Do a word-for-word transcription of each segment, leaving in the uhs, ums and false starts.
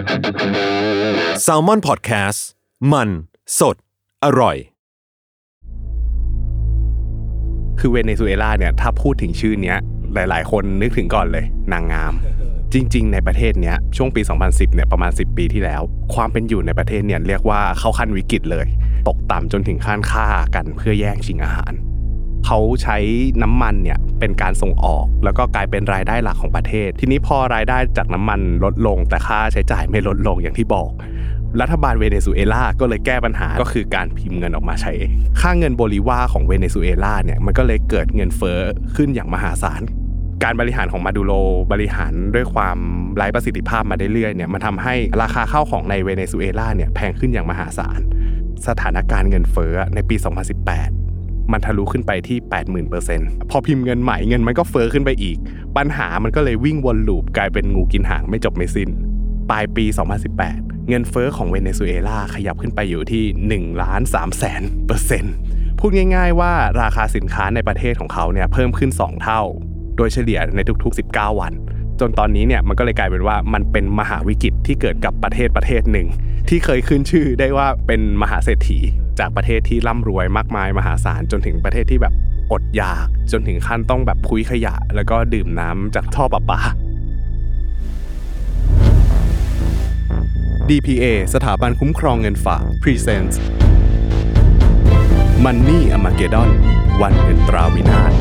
Salmon Podcast มันสดอร่อยคือเวเนซุเอลาเนี่ยถ้าพูดถึงชื่อเนี้ยหลายๆคนนึกถึงก่อนเลยนางงามจริงๆในประเทศเนี้ยช่วงปีสองพันสิบเนี่ยประมาณสิบปีที่แล้วความเป็นอยู่ในประเทศเนี่ยเรียกว่าเข้าขั้นวิกฤตเลยตกต่ำจนถึงขั้นฆ่ากันเพื่อแย่งชิงอาหารเขาใช้น้ำมันเนี่ยเป็นการส่งออกแล้วก็กลายเป็นรายได้หลักของประเทศทีนี้พอรายได้จากน้ำมันลดลงแต่ค่าใช้จ่ายไม่ลดลงอย่างที่บอกรัฐบาลเวเนซุเอลาก็เลยแก้ปัญหาก็คือการพิมพ์เงินออกมาใช้เองค่าเงินโบลิวาของเวเนซุเอลาเนี่ยมันก็เลยเกิดเงินเฟ้อขึ้นอย่างมหาศาลการบริหารของมาดูโรบริหารด้วยความไร้ประสิทธิภาพมาเรื่อยๆเนี่ยมันทำให้ราคาข้าวของในเวเนซุเอลาเนี่ยแพงขึ้นอย่างมหาศาลสถานการณ์เงินเฟ้อในปีสองพันสิบแปดมันทะลุขึ้นไปที่ แปดหมื่นเปอร์เซ็นต์ พอพิมพ์เงินใหม่เงินมันก็เฟ้อขึ้นไปอีกปัญหามันก็เลยวิ่งวนลูปกลายเป็นงูกินหางไม่จบไม่สิ้นปลายปีสองพันสิบแปดเงินเฟ้อของเวเนซุเอลาขยับขึ้นไปอยู่ที่ หนึ่งล้านสามแสนเปอร์เซ็นต์ พูดง่ายๆว่าราคาสินค้าในประเทศของเขาเนี่ยเพิ่มขึ้นสองเท่าโดยเฉลี่ยในทุกๆสิบเก้าวันจนตอนนี้เนี่ยมันก็เลยกลายเป็นว่ามันเป็นมหาวิกฤตที่เกิดกับประเทศประเทศหนึ่งที่เคยขึ้นชื่อได้ว่าเป็นมหาเศรษฐีจากประเทศที่ร่ำรวยมากมายมหาศาลจนถึงประเทศที่แบบอดอยากจนถึงขั้นต้องแบบคุยขยะแล้วก็ดื่มน้ำจากท่อประปา ดี พี เอ สถาบันคุ้มครองเงินฝาก Presents Money Armageddon วันเงินตราวินาศ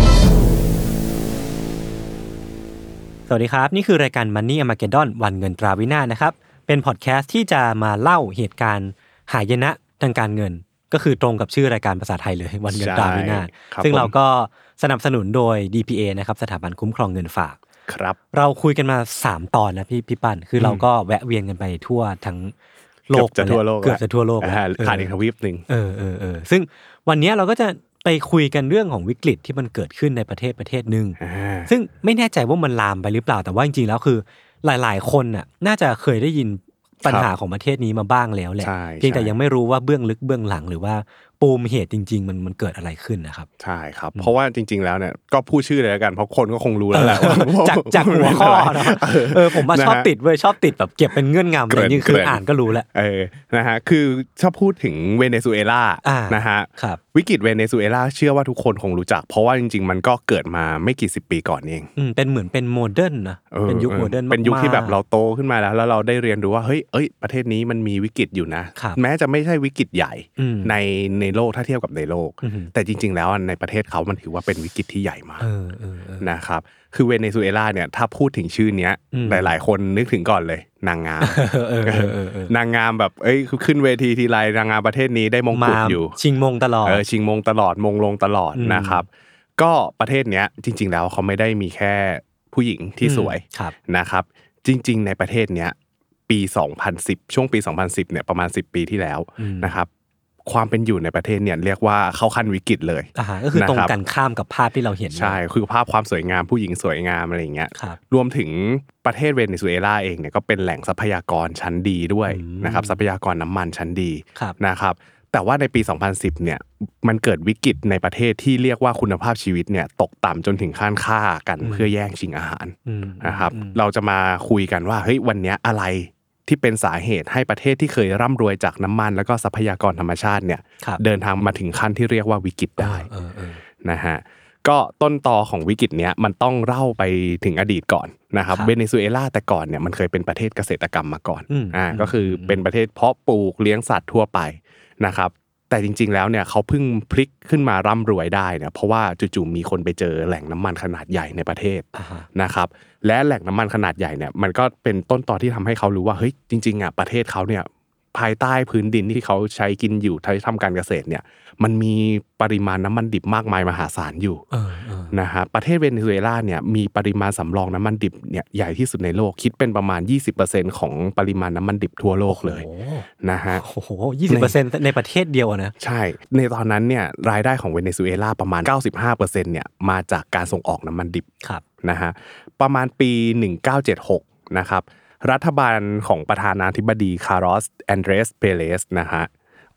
สวัสดีครับนี่คือรายการ Money Armageddon วันเงินตราวินาศนะครับเป็นพอดแคสต์ที่จะมาเล่าเหตุการณ์หายนะทางการเงินก็คือตรงกับชื่อรายการภาษาไทยเลยวันเงินตราวินาศซึ่งเราก็สนับสนุนโดย ดี พี เอ นะครับสถาบันคุ้มครองเงินฝากครับเราคุยกันมาสามตอนแล้วพี่พี่ปั้นคือเราก็แวะเวียนกันไปทั่วทั้งโลกเกือบจะทั่วโลกเกือบจะทั่วโลกขาดอีกทวีปนึงเออๆๆซึ่งวันนี้เราก็จะไปคุยกันเรื่องของวิกฤตที่มันเกิดขึ้นในประเทศประเทศนึงซึ่งไม่แน่ใจว่ามันลามไปหรือเปล่าแต่ว่าจริงๆแล้วคือหลายๆคนน่ะน่าจะเคยได้ยินปัญหาของประเทศนี้มาบ้างแล้วแหละเพียงแต่ยังไม่รู้ว่าเบื้องลึกเบื้องหลังหรือว่าปูมเหตุจริงๆมันมันเกิดอะไรขึ้นนะครับใช่ครับเพราะว่าจริงๆแล้วเนี่ยก็พูดชื่อเลยแล้วกันเพราะคนก็คงรู้แล้วแหละจากจากหัวข้อนะเออผมมาชอบติดเว้ยชอบติดแบบเก็บเป็นเงื่อนงำแต่จริงๆคืออ่านก็รู้แล้วเออนะฮะคือชอบพูดถึงเวเนซุเอลานะฮะวิกฤตเวเนซุเอลาเชื่อว่าทุกคนคงรู้จักเพราะว่าจริงๆมันก็เกิดมาไม่กี่สิบปีก่อนเองอืมเป็นเหมือนเป็นโมเดิร์นนะเป็นยุคโมเดิร์นมากๆเป็นยุคที่แบบเราโตขึ้นมาแล้วแล้วเราได้เรียนรู้ว่าเฮ้ยเอ้ยประเทศนี้มันมีวิกฤตอยู่นะแม้จะไม่ใช่วิกฤตใหญ่ในในโลกถ้าเทียบกับในโลกแต่จริงๆแล้วในประเทศเขามันถือว่าเป็นวิกฤตที่ใหญ่มากนะครับคือเวเนซุเอลาเนี่ยถ้าพูดถึงชื่อเนี้ยหลายๆคนนึกถึงก่อนเลยนางงามนางงามแบบเอ้ยขึ้นเวทีทีไรนางงามประเทศนี้ได้มงกุฎอยู่ชิงมงตลอดเออชิงมงตลอดมงลงตลอดนะครับก็ประเทศเนี้ยจริงๆแล้วเขาไม่ได้มีแค่ผู้หญิงที่สวยนะครับจริงๆในประเทศเนี้ยปีสองพันสิบช่วงปีสองพันสิบเนี่ยประมาณสิบปีที่แล้วนะครับความเป็นอยู่ในประเทศเนี่ยเรียกว่าเข้าขั้นวิกฤตเลยอ่าก็คือตรงกันข้ามกับภาพที่เราเห็นใช่คือภาพความสวยงามผู้หญิงสวยงามอะไรอย่างเงี้ยรวมถึงประเทศเวเนซุเอลาเองเนี่ยก็เป็นแหล่งทรัพยากรชั้นดีด้วยนะครับทรัพยากรน้ำมันชั้นดีนะครับแต่ว่าในปีสองพันสิบเนี่ยมันเกิดวิกฤตในประเทศที่เรียกว่าคุณภาพชีวิตเนี่ยตกต่ำจนถึงขั้นฆ่ากันเพื่อแย่งชิงอาหารนะครับเราจะมาคุยกันว่าเฮ้ยวันนี้อะไรที่เป็นสาเหตุให้ประเทศที่เคยร่ำรวยจากน้ำมันแล้วก็ทรัพยากรธรรมชาติเนี่ยเดินทางมาถึงขั้นที่เรียกว่าวิกฤตได้นะฮะก็ต้นตอของวิกฤตเนี้ยมันต้องเล่าไปถึงอดีตก่อนนะครับเวเนซุเอลาแต่ก่อนเนี่ยมันเคยเป็นประเทศเกษตรกรรมมาก่อนอ่าก็คือเป็นประเทศเพาะปลูกเลี้ยงสัตว์ทั่วไปนะครับแต่จริงๆแล้วเนี่ยเขาเพิ่งพลิกขึ้นมาร่ำรวยได้เนี่ยเพราะว่าจู่ๆมีคนไปเจอแหล่งน้ำมันขนาดใหญ่ในประเทศนะครับและแหล่งน้ำมันขนาดใหญ่เนี่ยมันก็เป็นต้นตอที่ทำให้เขารู้ว่าเฮ้ยจริงๆอ่ะประเทศเขาเนี่ยภายใต้พื้นดินที่เขาใช้กินอยู่ใช้ทำการเกษตรเนี่ยมันมีปริมาณน้ำมันดิบมากมายมหาศาลอยู่นะฮะประเทศเวเนซุเอลาเนี่ยมีปริมาณสำรองน้ำมันดิบเนี่ยใหญ่ที่สุดในโลกคิดเป็นประมาณ ยี่สิบเปอร์เซ็นต์ ของปริมาณน้ำมันดิบทั่วโลกเลยนะฮะโอ้โห ยี่สิบเปอร์เซ็นต์ ในประเทศเดียวนะใช่ในตอนนั้นเนี่ยรายได้ของเวเนซุเอลาประมาณ เก้าสิบห้าเปอร์เซ็นต์ เนี่ยมาจากการส่งออกน้ำมันดิบนะฮะประมาณปีหนึ่งพันเก้าร้อยเจ็ดสิบหกนะครับรัฐบาลของประธานาธิบดีคาร์ลอสแอนเดรสเปเรสนะฮะ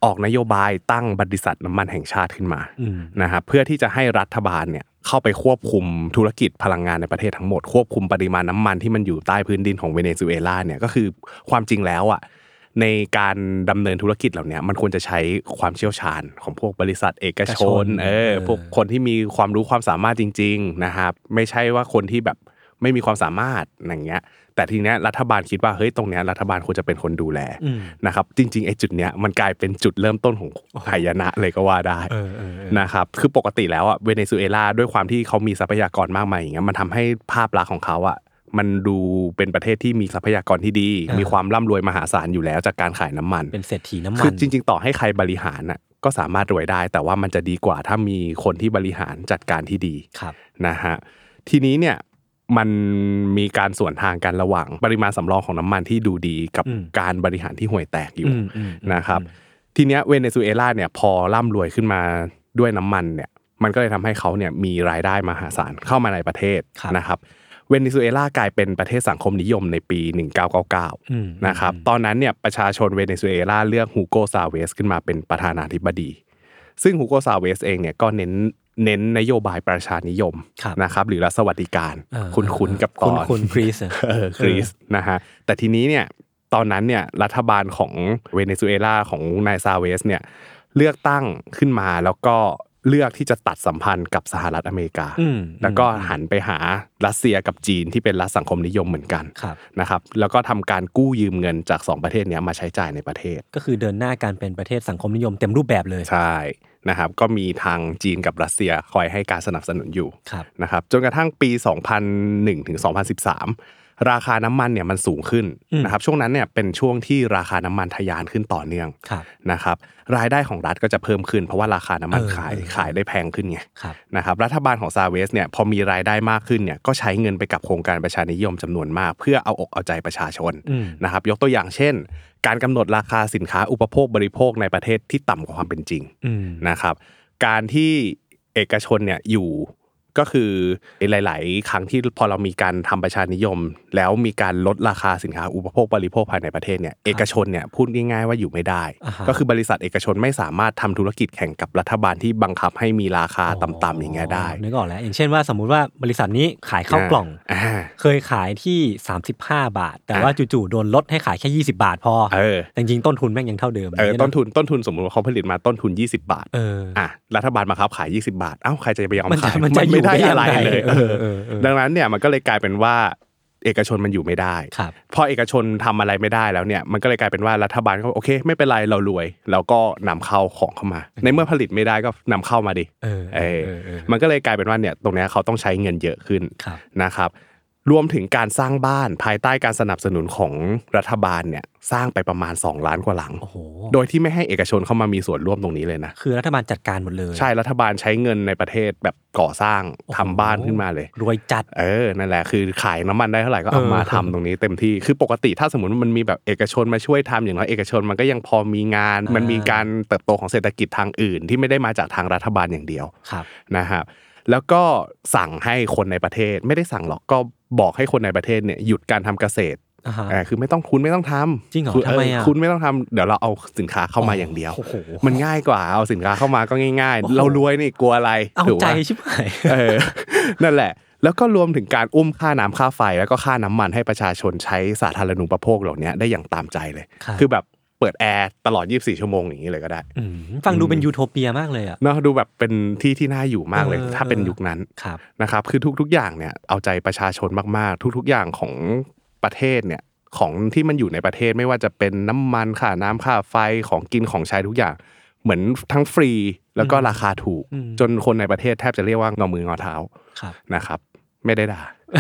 ออกนโยบายตั้งบริษัทน้ำมันแห่งชาติขึ้นมานะครับเพื่อที่จะให้รัฐบาลเนี่ยเข้าไปควบคุมธุรกิจพลังงานในประเทศทั้งหมดควบคุมปริมาณน้ำมันที่มันอยู่ใต้พื้นดินของเวเนซุเอลาเนี่ยก็คือความจริงแล้วอ่ะในการดำเนินธุรกิจเหล่านี้มันควรจะใช้ความเชี่ยวชาญของพวกบริษัทเอกชนเออพวกคนที่มีความรู้ความสามารถจริงๆนะครับไม่ใช่ว่าคนที่แบบไม่มีความสามารถอย่างเงี้ยแต่ทีเนี้ยรัฐบาลคิดว่าเฮ้ยตรงเนี้ยรัฐบาลควรจะเป็นคนดูแลนะครับจริงๆไอ้จุดเนี้ยมันกลายเป็นจุดเริ่มต้นของหายนะเลยก็ว่าได้นะครับคือปกติแล้วอ่ะเวเนซุเอลาด้วยความที่เขามีทรัพยากรมากมายอย่างเงี้ยมันทำให้ภาพลักษณ์ของเขาอ่ะมันดูเป็นประเทศที่มีทรัพยากรที่ดีมีความร่ำรวยมหาศาลอยู่แล้วจากการขายน้ำมันเป็นเศรษฐีน้ำมันคือจริงๆต่อให้ใครบริหารน่ะก็สามารถรวยได้แต่ว่ามันจะดีกว่าถ้ามีคนที่บริหารจัดการที่ดีนะฮะทีนี้เนี่ยมันมีการสวนทางกันระหว่างปริมาณสำรองของน้ำมันที่ดูดีกับการบริหารที่ห่วยแตกอยู่นะครับทีเนี้ยเวเนซุเอลาเนี่ยพอร่ำรวยขึ้นมาด้วยน้ำมันเนี่ยมันก็เลยทำให้เขาเนี่ยมีรายได้มหาศาลเข้ามาในประเทศนะครับเวเนซุเอลากลายเป็นประเทศสังคมนิยมในปีหนึ่งพันเก้าร้อยเก้าสิบเก้านะครับตอนนั้นเนี่ยประชาชนเวเนซุเอลาเลือกฮูโกซาเวสขึ้นมาเป็นประธานาธิบดีซึ่งฮูโกซาเวสเองเนี่ยก็เน้นเน้นนโยบายประชานิยมนะครับหรือรัฐสวัสดิการคุ้นๆกับตอนคุ้นๆคริสเออคริสนะฮะแต่ทีนี้เนี่ยตอนนั้นเนี่ยรัฐบาลของเวเนซุเอลาของนายซาเวสเนี่ยเลือกตั้งขึ้นมาแล้วก็เลือกที่จะตัดสัมพันธ์กับสหรัฐอเมริกาแล้วก็หันไปหารัสเซียกับจีนที่เป็นรัฐสังคมนิยมเหมือนกันนะครับแล้วก็ทำการกู้ยืมเงินจากสองประเทศนี้มาใช้จ่ายในประเทศก็คือเดินหน้าการเป็นประเทศสังคมนิยมเต็มรูปแบบเลยใช่นะครับก็มีทางจีนกับรัสเซียคอยให้การสนับสนุนอยู่นะครับจนกระทั่งปีสองพันหนึ่งถึงสองพันสิบสามราคาน้ำมันเนี่ยมันสูงขึ้นนะครับช่วงนั้นเนี่ยเป็นช่วงที่ราคาน้ำมันทะยานขึ้นต่อเนื่องนะครับรายได้ของรัฐก็จะเพิ่มขึ้นเพราะว่าราคาน้ำมันขายขายได้แพงขึ้นไงนะครับรัฐบาลของซาเวสเนี่ยพอมีรายได้มากขึ้นเนี่ยก็ใช้เงินไปกับโครงการประชานิยมจำนวนมากเพื่อเอาอกเอาใจประชาชนนะครับยกตัวอย่างเช่นการกำหนดราคาสินค้าอุปโภคบริโภคในประเทศที่ต่ำกว่าความเป็นจริงนะครับการที่เอกชนเนี่ยอยู่ก็คือหลายๆครั้งที่พอเรามีการทำประชานิยมแล้วมีการลดราคาสินค้าอุปโภคบริโภคภายในประเทศเนี่ยเอกชนเนี่ยพูดง่ายๆว่าอยู่ไม่ได้ก็คือบริษัทเอกชนไม่สามารถทำธุรกิจแข่งกับรัฐบาลที่บังคับให้มีราคาต่ำๆอย่างเงี้ยได้นึกออกแล้วอย่างเช่นว่าสมมุติว่าบริษัทนี้ขายข้าวกล่องเคยขายที่สามสิบห้าบาทแต่ว่าจู่ๆโดนลดให้ขายแค่ยี่สิบบาทพอแต่จริงๆต้นทุนแม่งยังเท่าเดิมเออต้นทุนต้นทุนสมมุติว่าเขาผลิตมาต้นทุนยี่สิบบาทอ่ะรัฐบาลบังคับขายยี่สิบบาทเอ้าใครจะไปยอมขายมันไม่ได้อะไรเลยดังนั้นเนี่ยมันก็เลยกลายเป็นว่าเอกชนมันอยู่ไม่ได้พอเอกชนทำอะไรไม่ได้แล้วเนี่ยมันก็เลยกลายเป็นว่ารัฐบาลก็โอเคไม่เป็นไรเรารวยเราก็นำเข้าของเข้ามาในเมื่อผลิตไม่ได้ก็นำเข้ามาดิเออมันก็เลยกลายเป็นว่าเนี่ยตรงนี้เขาต้องใช้เงินเยอะขึ้นนะครับรวมถึงการสร้างบ้านภายใต้การสนับสนุนของรัฐบาลเนี่ยสร้างไปประมาณสองล้านกว่าหลังโดยที่ไม่ให้เอกชนเข้ามามีส่วนร่วมตรงนี้เลยนะคือรัฐบาลจัดการหมดเลยใช่รัฐบาลใช้เงินในประเทศแบบก่อสร้างทำบ้านขึ้นมาเลยรวยจัดเออนั่นแหละคือขายน้ำมันได้เท่าไหร่ก็เอามาทำตรงนี้เต็มที่คือปกติถ้าสมมติมันมีแบบเอกชนมาช่วยทำอย่างน้อยเอกชนมันก็ยังพอมีงานมันมีการเติบโตของเศรษฐกิจทางอื่นที่ไม่ได้มาจากทางรัฐบาลอย่างเดียวนะครับแล้วก็สั่งให้คนในประเทศไม่ได้สั่งหรอกก็บอกให้คนในประเทศเนี่ยหยุดการทำเกษตรอ่าคือไม่ต้องคุณไม่ต้องทำจริงเหรอทำไมอ่ะคุณไม่ต้องทำเดี๋ยวเราเอาสินค้าเข้ามาอย่างเดียวมันง่ายกว่าเอาสินค้าเข้ามาก็ง่ายๆเรารวยนี่กลัวอะไรเอาใจใช่ไหมเออนั่นแหละแล้วก็รวมถึงการอุ้มค่าน้ำค่าไฟแล้วก็ค่าน้ำมันให้ประชาชนใช้สาธารณูปโภคเหล่านี้ได้อย่างตามใจเลยคือแบบเปิดแอร์ตลอดยี่สิบสี่ชั่วโมงอย่างนี้เลยก็ได้ฟังดูเป็นยูโทเปียมากเลยอ่ะเนาะดูแบบเป็นที่ที่น่าอยู่มากเลยถ้าเป็นยุคนั้นนะครับคือทุกๆอย่างเนี่ยเอาใจประชาชนมากๆทุกๆอย่างของประเทศเนี่ยของที่มันอยู่ในประเทศไม่ว่าจะเป็นน้ำมันค่าน้ำค่าไฟของกินของใช้ทุกอย่างเหมือนทั้งฟรีแล้วก็ราคาถูกจนคนในประเทศแทบจะเรียกว่างอมืองอเท้านะครับไม่ได้ด่า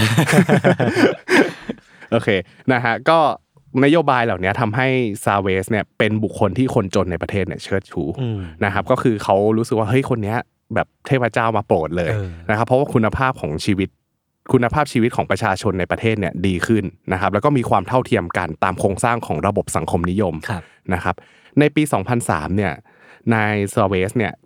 โอเคนะฮะก็นโยบายเหล่านี้ทำให้ซาเวสเนี่ยเป็นบุคคลที่คนจนในประเทศเนี่ยเชิดชูนะครับก็คือเขารู้สึกว่าเฮ้ยคนนี้แบบเทพเจ้ามาโปรดเลยนะครับเพราะว่าคุณภาพของชีวิตคุณภาพชีวิตของประชาชนในประเทศเนี่ยดีขึ้นนะครับแล้วก็มีความเท่าเทียมกันตามโครงสร้างของระบบสังคมนิยมนะครับในปีสองพันสามเนี่ยนายซาเวสเนี่ย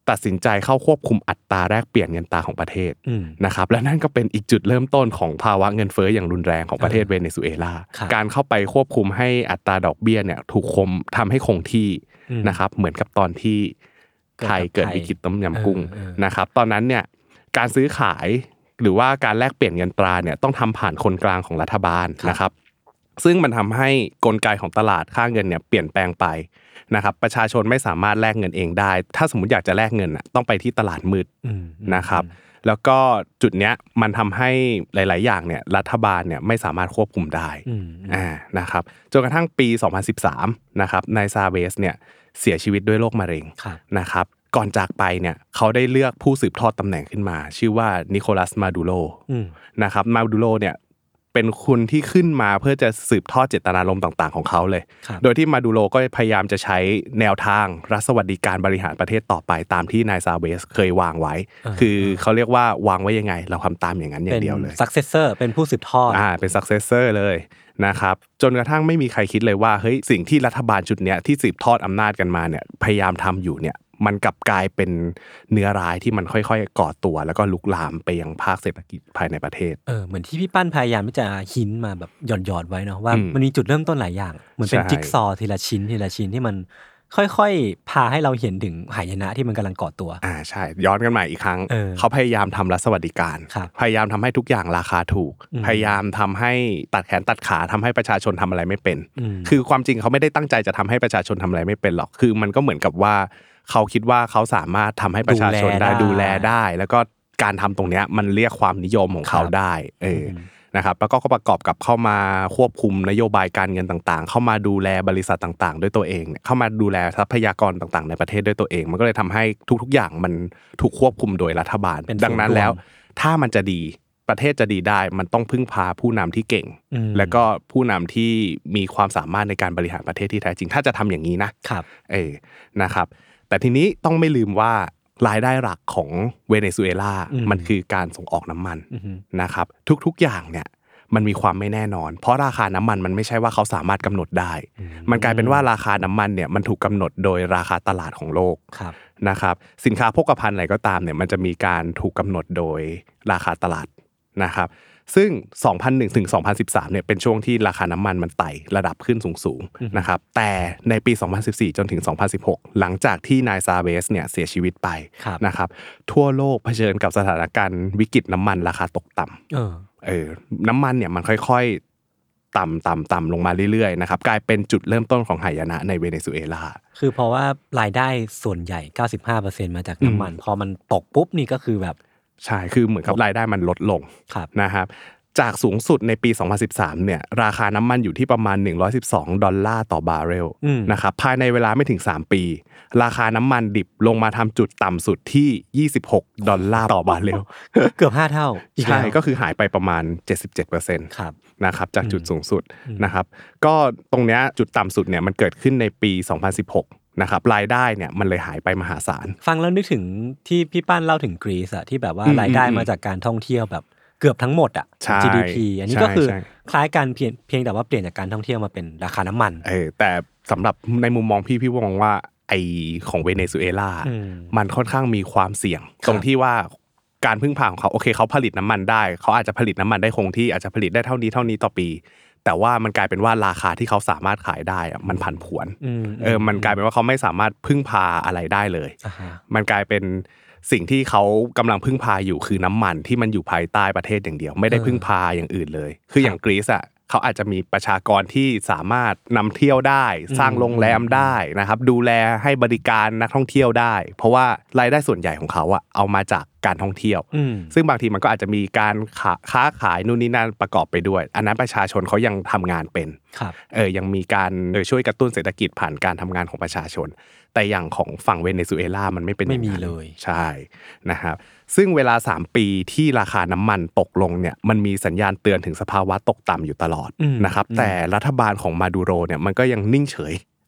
ตัดสินใจเข้าควบคุมอัตราแลกเปลี่ยนเงินตราของประเทศนะครับและนั่นก็เป็นอีกจุดเริ่มต้นของภาวะเงินเฟ้ออย่างรุนแรงของประเทศเวเนซุเอลาการเข้าไปควบคุมให้อัตราดอกเบี้ยเนี่ยถูกคงทำให้คงที่นะครับเหมือนกับตอนที่ไทยเกิดวิกฤตต้มยำกุ้งนะครับตอนนั้นเนี่ยการซื้อขายหรือว่าการแลกเปลี่ยนเงินตราเนี่ยต้องทำผ่านคนกลางของรัฐบาลนะครับซึ่งมันทำให้กลไกของตลาดค่าเงินเนี่ยเปลี่ยนแปลงไปนะครับประชาชนไม่สามารถแลกเงินเองได้ถ้าสมมุติอยากจะแลกเงินน่ะต้องไปที่ตลาดมืดนะครับแล้วก็จุดเนี้ยมันทำให้หลายๆอย่างเนี่ยรัฐบาลเนี่ยไม่สามารถควบคุมได้อ่านะครับจนกระทั่งปีสองพันสิบสามนะครับนายซาเวสเนี่ยเสียชีวิตด้วยโรคมะเร็งนะครับก่อนจากไปเนี่ยเขาได้เลือกผู้สืบทอดตำแหน่งขึ้นมาชื่อว่านิโคลัสมาดูโรนะครับมาดูโรเนี่ยเป็นคนที่ขึ้นมาเพื่อจะสืบทอดเจตนารมณ์ต่างๆของเขาเลยโดยที่มาดูโรก็พยายามจะใช้แนวทางรัฐสวัสดิการบริหารประเทศต่อไปตามที่นายซาเวสเคยวางไว้คือเขาเรียกว่าวางไว้ยังไงเราทำตามอย่างนั้นอย่างเดียวเลย successor เป็นผู้สืบทอดอ่าเป็น successor เลยนะครับจนกระทั่งไม่มีใครคิดเลยว่าเฮ้ยสิ่งที่รัฐบาลชุดเนี้ยที่สืบทอดอำนาจกันมาเนี่ยพยายามทำอยู่เนี่ยมันกลับกลายเป็นเนื้อร้ายที่มันค่อยๆก่อตัวแล้วก็ลุกลามไปยังภาคเศรษฐกิจภายในประเทศเออเหมือนที่พี่ปั้นพยายามที่จะหินมาแบบหย่อนๆไว้เนาะว่ามันมีจุดเริ่มต้นหลายอย่างเหมือนเป็นจิ๊กซอว์ทีละชิ้นทีละชิ้นที่มันค่อยๆพาให้เราเห็นถึงหายนะที่มันกำลังก่อตัวอ่าใช่ย้อนกันใหม่อีกครั้ง เ, เขาพยายามทำรัฐสวัสดิการพยายามทำให้ทุกอย่างราคาถูกพยายามทำให้ตัดแขนตัดขาทำให้ประชาชนทำอะไรไม่เป็นคือความจริงเขาไม่ได้ตั้งใจจะทำให้ประชาชนทำอะไรไม่เป็นหรอกคือมันก็เหมือนกับว่าเขาคิดว่าเขาสามารถทำให้ประชาชนได้ดูแลได้แล้วก็การทำตรงนี้มันเรียกความนิยมของเขาได้เออนะครับแล้วก็ประกอบกับเข้ามาควบคุมนโยบายการเงินต่างๆเข้ามาดูแลบริษัทต่างๆด้วยตัวเองเข้ามาดูแลทรัพยากรต่างๆในประเทศด้วยตัวเองมันก็เลยทำให้ทุกๆอย่างมันถูกควบคุมโดยรัฐบาลดังนั้นแล้วถ้ามันจะดีประเทศจะดีได้มันต้องพึ่งพาผู้นำที่เก่งแล้วก็ผู้นำที่มีความสามารถในการบริหารประเทศที่แท้จริงถ้าจะทำอย่างนี้นะครับเออนะครับแต่ทีนี้ต้องไม่ลืมว่ารายได้หลักของเวเนซุเอลามันคือการส่งออกน้ำมันนะครับทุกๆอย่างเนี่ยมันมีความไม่แน่นอนเพราะราคาน้ำมันมันไม่ใช่ว่าเขาสามารถกำหนดได้มันกลายเป็นว่าราคาน้ำมันเนี่ยมันถูกกำหนดโดยราคาตลาดของโลกนะครับสินค้าโภคภัณฑ์อะไรก็ตามเนี่ยมันจะมีการถูกกำหนดโดยราคาตลาดนะครับซึ่งสองพันหนึ่งถึงสองพันสิบสามเนี่ยเป็นช่วงที่ราคาน้ำมันมันไต่ระดับขึ้นสูงๆนะครับแต่ในปีสองพันสิบสี่จนถึงสองพันสิบหกหลังจากที่นายซาเวสเนี่ยเสียชีวิตไปนะครับทั่วโลกเผชิญกับสถานการณ์วิกฤตน้ำมันราคาตกต่ำเออเออน้ำมันเนี่ยมันค่อยๆต่ำต่ำต่ำลงมาเรื่อยๆนะครับกลายเป็นจุดเริ่มต้นของหายนะในเวเนซุเอลาคือเพราะว่ารายได้ส่วนใหญ่ เก้าสิบห้าเปอร์เซ็นต์ มาจากน้ำมันพอมันตกปุ๊บนี่ก็คือแบบใช่คือเหมือนกับรายได้มันลดลงนะครับจากสูงสุดในปีสองพันสิบสามเนี่ยราคาน้ำมันอยู่ที่ประมาณหนึ่งร้อยสิบสองดอลลาร์ต่อบาร์เรลนะครับภายในเวลาไม่ถึงสามปีราคาน้ำมันดิบลงมาทำจุดต่ำสุดที่ยี่สิบหกดอลลาร์ต่อบาร์เรลเกือบห้าเท่าใช่ก็คือหายไปประมาณ เจ็ดสิบเจ็ดเปอร์เซ็นต์ครับนะครับจากจุดสูงสุดนะครับก็ตรงเนี้ยจุดต่ำสุดเนี่ยมันเกิดขึ้นในปีสองพันสิบหกนะครับรายได้เนี่ยมันเลยหายไปมหาศาลฟังแล้วนึกถึงที่พี่ป้านเล่าถึงกรีซอะที่แบบว่ารายได้มาจากการท่องเที่ยวแบบเกือบทั้งหมดอ่ะ จี ดี พี อันนี้ก็คือคล้ายกันเพียงเพียงแต่ว่าเปลี่ยนจากการท่องเที่ยวมาเป็นราคาน้ำมันเออแต่สำหรับในมุมมองพี่พี่มองว่าไอของเวเนซุเอลามันค่อนข้างมีความเสี่ยงตรงที่ว่าการพึ่งพาของเขาโอเคเขาผลิตน้ำมันได้เขาอาจจะผลิตน้ำมันได้คงที่อาจจะผลิตได้เท่านี้เท่านี้ต่อปีแต่ว่ามันกลายเป็นว่าราคาที่เขาสามารถขายได้อะมันผันผวนเออมันกลายเป็นว่าเขาไม่สามารถพึ่งพาอะไรได้เลยมันกลายเป็นสิ่งที่เขากำลังพึ่งพาอยู่คือน้ำมันที่มันอยู่ภายใต้ประเทศอย่างเดียวไม่ได้พึ่งพาอย่างอื่นเลยคืออย่างกรีซอ่ะเขาอาจจะมีประชากรที่สามารถนำเที่ยวได้สร้างโรงแรมได้นะครับดูแลให้บริการนักท่องเที่ยวได้เพราะว่ารายได้ส่วนใหญ่ของเขาอ่ะเอามาจากการท่องเที่ยวซึ่งบางทีมันก็อาจจะมีการค้าขายนู่นนี่นั่นประกอบไปด้วยอันนั้นประชาชนเขายังทำงานเป็นเออยังมีการช่วยกระตุ้นเศรษฐกิจผ่านการทำงานของประชาชนแต่อย่างของฝั่งเวเนซุเอลามันไม่เป็นอย่างนั้นเลยใช่นะครับซึ่งเวลาสามปีที่ราคาน้ำมันตกลงเนี่ยมันมีสัญญาณเตือนถึงสภาวะตกต่ำอยู่ตลอดนะครับแต่รัฐบาลของมาดูโรเนี่ยมันก็ยังนิ่งเฉย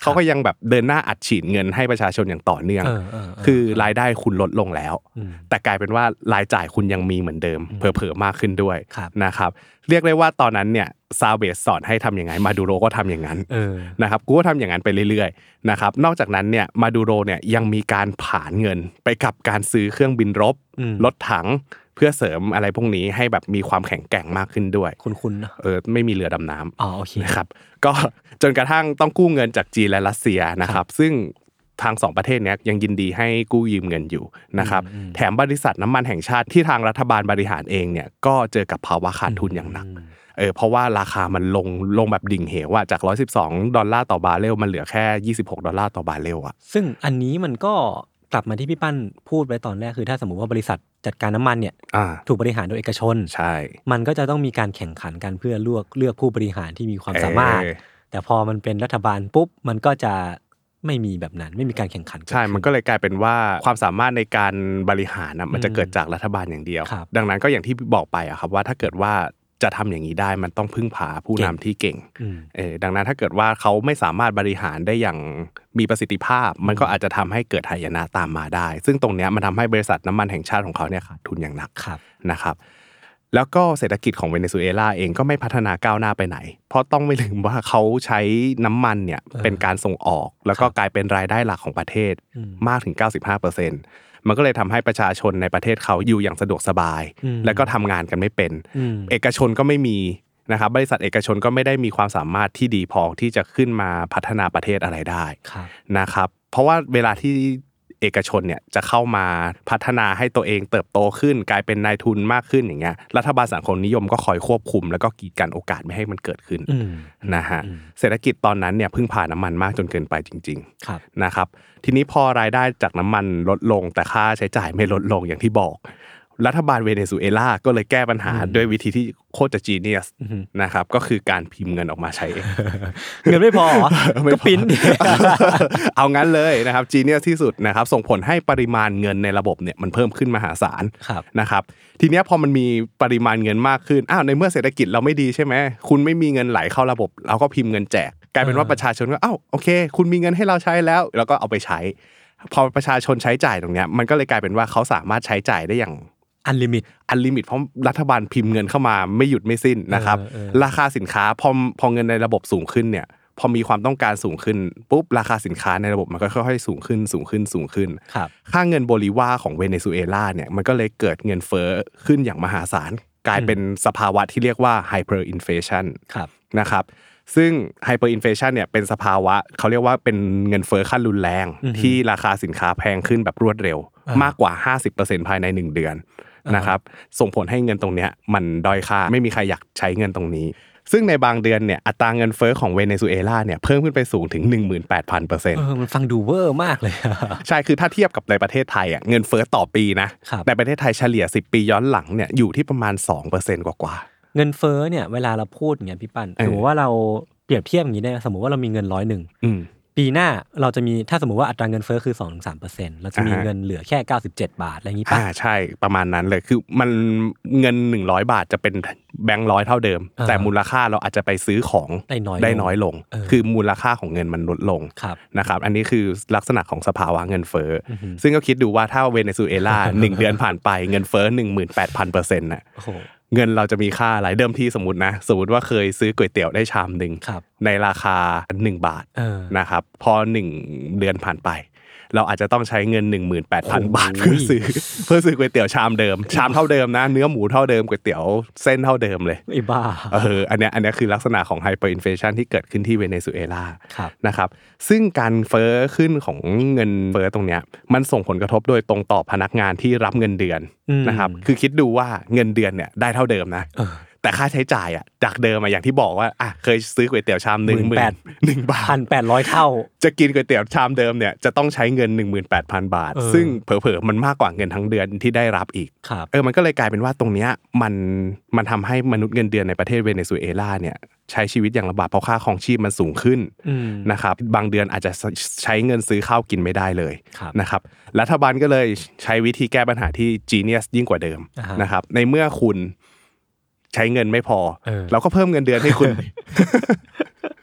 เขาก็ยังแบบเดินหน้าอัดฉีดเงินให้ประชาชนอย่างต่อเนื่องคือรายได้คุณลดลงแล้วแต่กลายเป็นว่ารายจ่ายคุณยังมีเหมือนเดิมเผลอๆมากขึ้นด้วยนะครับเรียกได้ว่าตอนนั้นเนี่ยซาเวสสอนให้ทำยังไงมาดูโรก็ทำอย่างนั้นนะครับกูก็ทำอย่างนั้นไปเรื่อยๆนะครับนอกจากนั้นเนี่ยมาดูโรเนี่ยยังมีการผลาญเงินไปกับการซื้อเครื่องบินรบรถถังเพื่อเสริมอะไรพวกนี้ให้แบบมีความแข็งแกร่งมากขึ้นด้วยคุ้นๆเนาะเออไม่มีเรือดำน้ำอ๋อโอเคนะครับก็จนกระทั่งต้องกู้เงินจากจีนและรัสเซียนะครับซึ่งทางสองประเทศนี้ยังยินดีให้กู้ยืมเงินอยู่นะครับแถมบริษัทน้ำมันแห่งชาติที่ทางรัฐบาลบริหารเองเนี่ยก็เจอกับภาวะขาดทุนอย่างหนักเออเพราะว่าราคามันลงลงแบบดิ่งเหวว่าจากหนึ่งร้อยสิบสองดอลลาร์ต่อบาร์เรลมันเหลือแค่ยี่สิบหกดอลลาร์ต่อบาร์เรลอ่ะซึ่งอันนี้มันก็กลับมาที่พี่ปั้นพูดไว้ตอนแรกคือถ้าสมมุติว่าบริษัทจัดการน้ำมันเนี่ยถูกบริหารโดยเอกชนใช่มันก็จะต้องมีการแข่งขันกันเพื่อเลือกเลือกผู้บริหารที่มีความสามารถแต่พอมันเป็นรัฐบาลปุ๊บมันก็จะไม่มีแบบนั้นไม่มีการแข่งขันใช่มันก็เลยกลายเป็นว่าความสามารถในการบริหารนะมันจะเกิดจากรัฐบาลอย่างเดียวดังนั้นก็อย่างที่บอกไปอะครับว่าถ้าเกิดว่าจะทำอย่างนี้ได้มันต้องพึ่งพาผู้นำที่เก่งเออดังนั้นถ้าเกิดว่าเขาไม่สามารถบริหารได้อย่างมีประสิทธิภาพมันก็อาจจะทำให้เกิดหายนะตามมาได้ซึ่งตรงนี้มันทำให้บริษัทน้ำมันแห่งชาติของเขาเนี่ยขาดทุนอย่างหนักนะครับแล้วก็เศรษฐกิจของเวเนซุเอลาเองก็ไม่พัฒนาก้าวหน้าไปไหนเพราะต้องไม่ลืมว่าเขาใช้น้ำมันเนี่ยเป็นการส่งออกแล้วก็กลายเป็นรายได้หลักของประเทศมากถึง เก้าสิบห้าเปอร์เซ็นต์ มันก็เลยทำให้ประชาชนในประเทศเขาอยู่อย่างสะดวกสบายแล้วก็ทำงานกันไม่เป็นเอกชนก็ไม่มีนะครับบริษัทเอกชนก็ไม่ได้มีความสามารถที่ดีพอที่จะขึ้นมาพัฒนาประเทศอะไรได้นะครับเพราะว่าเวลาที่เอกชนเนี่ยจะเข้ามาพัฒนาให้ตัวเองเติบโตขึ้นกลายเป็นนายทุนมากขึ้นอย่างเงี้ยรัฐบาลสังคมนิยมก็คอยควบคุมแล้วก็กีดกันโอกาสไม่ให้มันเกิดขึ้นนะฮะเศรษฐกิจตอนนั้นเนี่ยพึ่งพาน้ำมันมากจนเกินไปจริงๆนะครับทีนี้พอรายได้จากน้ำมันลดลงแต่ค่าใช้จ่ายไม่ลดลงอย่างที่บอกรัฐบาลเวเนซุเอลาก็เลยแก้ปัญหาด้วยวิธีที่โคตรจะจีเนียสนะครับก็คือการพิมพ์เงินออกมาใช้เองเงินไม่พอก็ปิ้นเอางั้นเลยนะครับจีเนียสที่สุดนะครับส่งผลให้ปริมาณเงินในระบบเนี่ยมันเพิ่มขึ้นมหาศาลนะครับทีเนี้ยพอมันมีปริมาณเงินมากขึ้นอ้าวในเมื่อเศรษฐกิจเราไม่ดีใช่ไหมคุณไม่มีเงินไหลเข้าระบบเราก็พิมพ์เงินแจกกลายเป็นว่าประชาชนก็อ้าวโอเคคุณมีเงินให้เราใช้แล้วแล้วก็เอาไปใช้พอประชาชนใช้จ่ายตรงเนี้ยมันก็เลยกลายเป็นว่าเขาสามารถใช้จ่ายได้อย่างอันลิมิตอันลิมิตเพราะรัฐบาลพิมพ์เงินเข้ามาไม่หยุดไม่สิ้นนะครับราคาสินค้าพอพอเงินในระบบสูงขึ้นเนี่ยพอมีความต้องการสูงขึ้นปุ๊บราคาสินค้าในระบบมันก็ค่อยๆสูงขึ้นสูงขึ้นสูงขึ้นค่าเงินโบลิวาของเวเนซุเอลาเนี่ยมันก็เลยเกิดเงินเฟ้อขึ้นอย่างมหาศาลกลายเป็นสภาวะที่เรียกว่าไฮเปอร์อินเฟลชันนะครับซึ่งไฮเปอร์อินเฟลชันเนี่ยเป็นสภาวะเขาเรียกว่าเป็นเงินเฟ้อขั้นรุนแรงที่ราคาสินค้าแพงขึ้นแบบรวดเร็วมากกว่า ห้าสิบเปอร์เซ็นต์ ภายในหนึ่งเดือนนะครับส่งผลให้เงินตรงเนี้ยมันด้อยค่าไม่มีใครอยากใช้เงินตรงนี้ซึ่งในบางเดือนเนี่ยอัตราเงินเฟ้อของเวเนซุเอลาเนี่ยเพิ่มขึ้นไปสูงถึง หนึ่งหมื่นแปดพันเปอร์เซ็นต์เออมันฟังดูเวอร์มากเลยใช่คือถ้าเทียบกับในประเทศไทยอ่ะเงินเฟ้อต่อปีนะในประเทศไทยเฉลี่ยสิบปีย้อนหลังเนี่ยอยู่ที่ประมาณ สองเปอร์เซ็นต์ กว่าๆเงินเฟ้อเนี่ยเวลาเราพูดอย่างเงี้ยพี่ปั้นสมมติว่าเราเปรียบเทียบอย่างนี้ได้สมมติว่าเรามีเงินร้อยหนึ่งปีหน้าเราจะมีถ้าสมมุติว่าอัตราเงินเฟ้อคือ สองถึงสามเปอร์เซ็นต์ เราจะมีเงินเหลือแค่เก้าสิบเจ็ดบาทอะไรอย่างงี้ป่ะอ่าใช่ประมาณนั้นเลยคือมันเงินหนึ่งร้อยบาทจะเป็นแบงค์ร้อยเท่าเดิมแต่มูลค่าเราอาจจะไปซื้อของได้น้อยได้น้อยลงคือมูลค่าของเงินมันลดลงนะครับอันนี้คือลักษณะของสภาวะเงินเฟ้อซึ่งก็คิดดูว่าถ้าเวเนซุเอลาหนึ่งเดือนผ่านไปเงินเฟ้อ หนึ่งหมื่นแปดพันเปอร์เซ็นต์ น่ะเงินเราจะมีค่าอะไรเดิมทีสมมุตินะสมมุติว่าเคยซื้อก๋วยเตี๋ยวได้ชามนึงในราคาหนึ่งบาทนะครับพอหนึ่งเดือนผ่านไปเราอาจจะต้องใช้เงิน หนึ่งหมื่นแปดพัน บาทเพื่อซื้อเพื่อซื้อก๋วยเตี๋ยวชามเดิมชามเท่าเดิมนะเนื้อหมูเท่าเดิมก๋วยเตี๋ยวเส้นเท่าเดิมเลยไอ้บ้าเอออันเนี้ยอันเนี้ยคือลักษณะของไฮเปอร์อินเฟลชันที่เกิดขึ้นที่เวเนซุเอลานะครับซึ่งการเฟ้อขึ้นของเงินเฟ้อตรงเนี้ยมันส่งผลกระทบโดยตรงต่อพนักงานที่รับเงินเดือนนะครับคือคิดดูว่าเงินเดือนเนี่ยได้เท่าเดิมนะแต่ค่าใช้จ่ายอ่ะจากเดิมอ่ะอย่างที่บอกว่าอ่ะเคยซื้อก๋วยเตี๋ยวชามหนึ่งหมื่นหนึ่งบาทหนึ่งพันแปดร้อย เท่าจะกินก๋วยเตี๋ยวชามเดิมเนี่ยจะต้องใช้เงิน หนึ่งหมื่นแปดพัน บาทซึ่งเผลอๆมันมากกว่าเงินทั้งเดือนที่ได้รับอีกเออมันก็เลยกลายเป็นว่าตรงเนี้ยมันมันทำให้มนุษย์เงินเดือนในประเทศเวเนซุเอลาเนี่ยใช้ชีวิตอย่างลำบากเพราะค่าครองชีพมันสูงขึ้นนะครับบางเดือนอาจจะใช้เงินซื้อข้าวกินไม่ได้เลยนะครับรัฐบาลก็เลยใช้วิธีแก้ปัญหาที่จีเนียสยิ่งกว่าเดิมนะครับในเมื่อคุณใช้เงินไม่พอเราก็เพิ่มเงินเดือนให้คุณ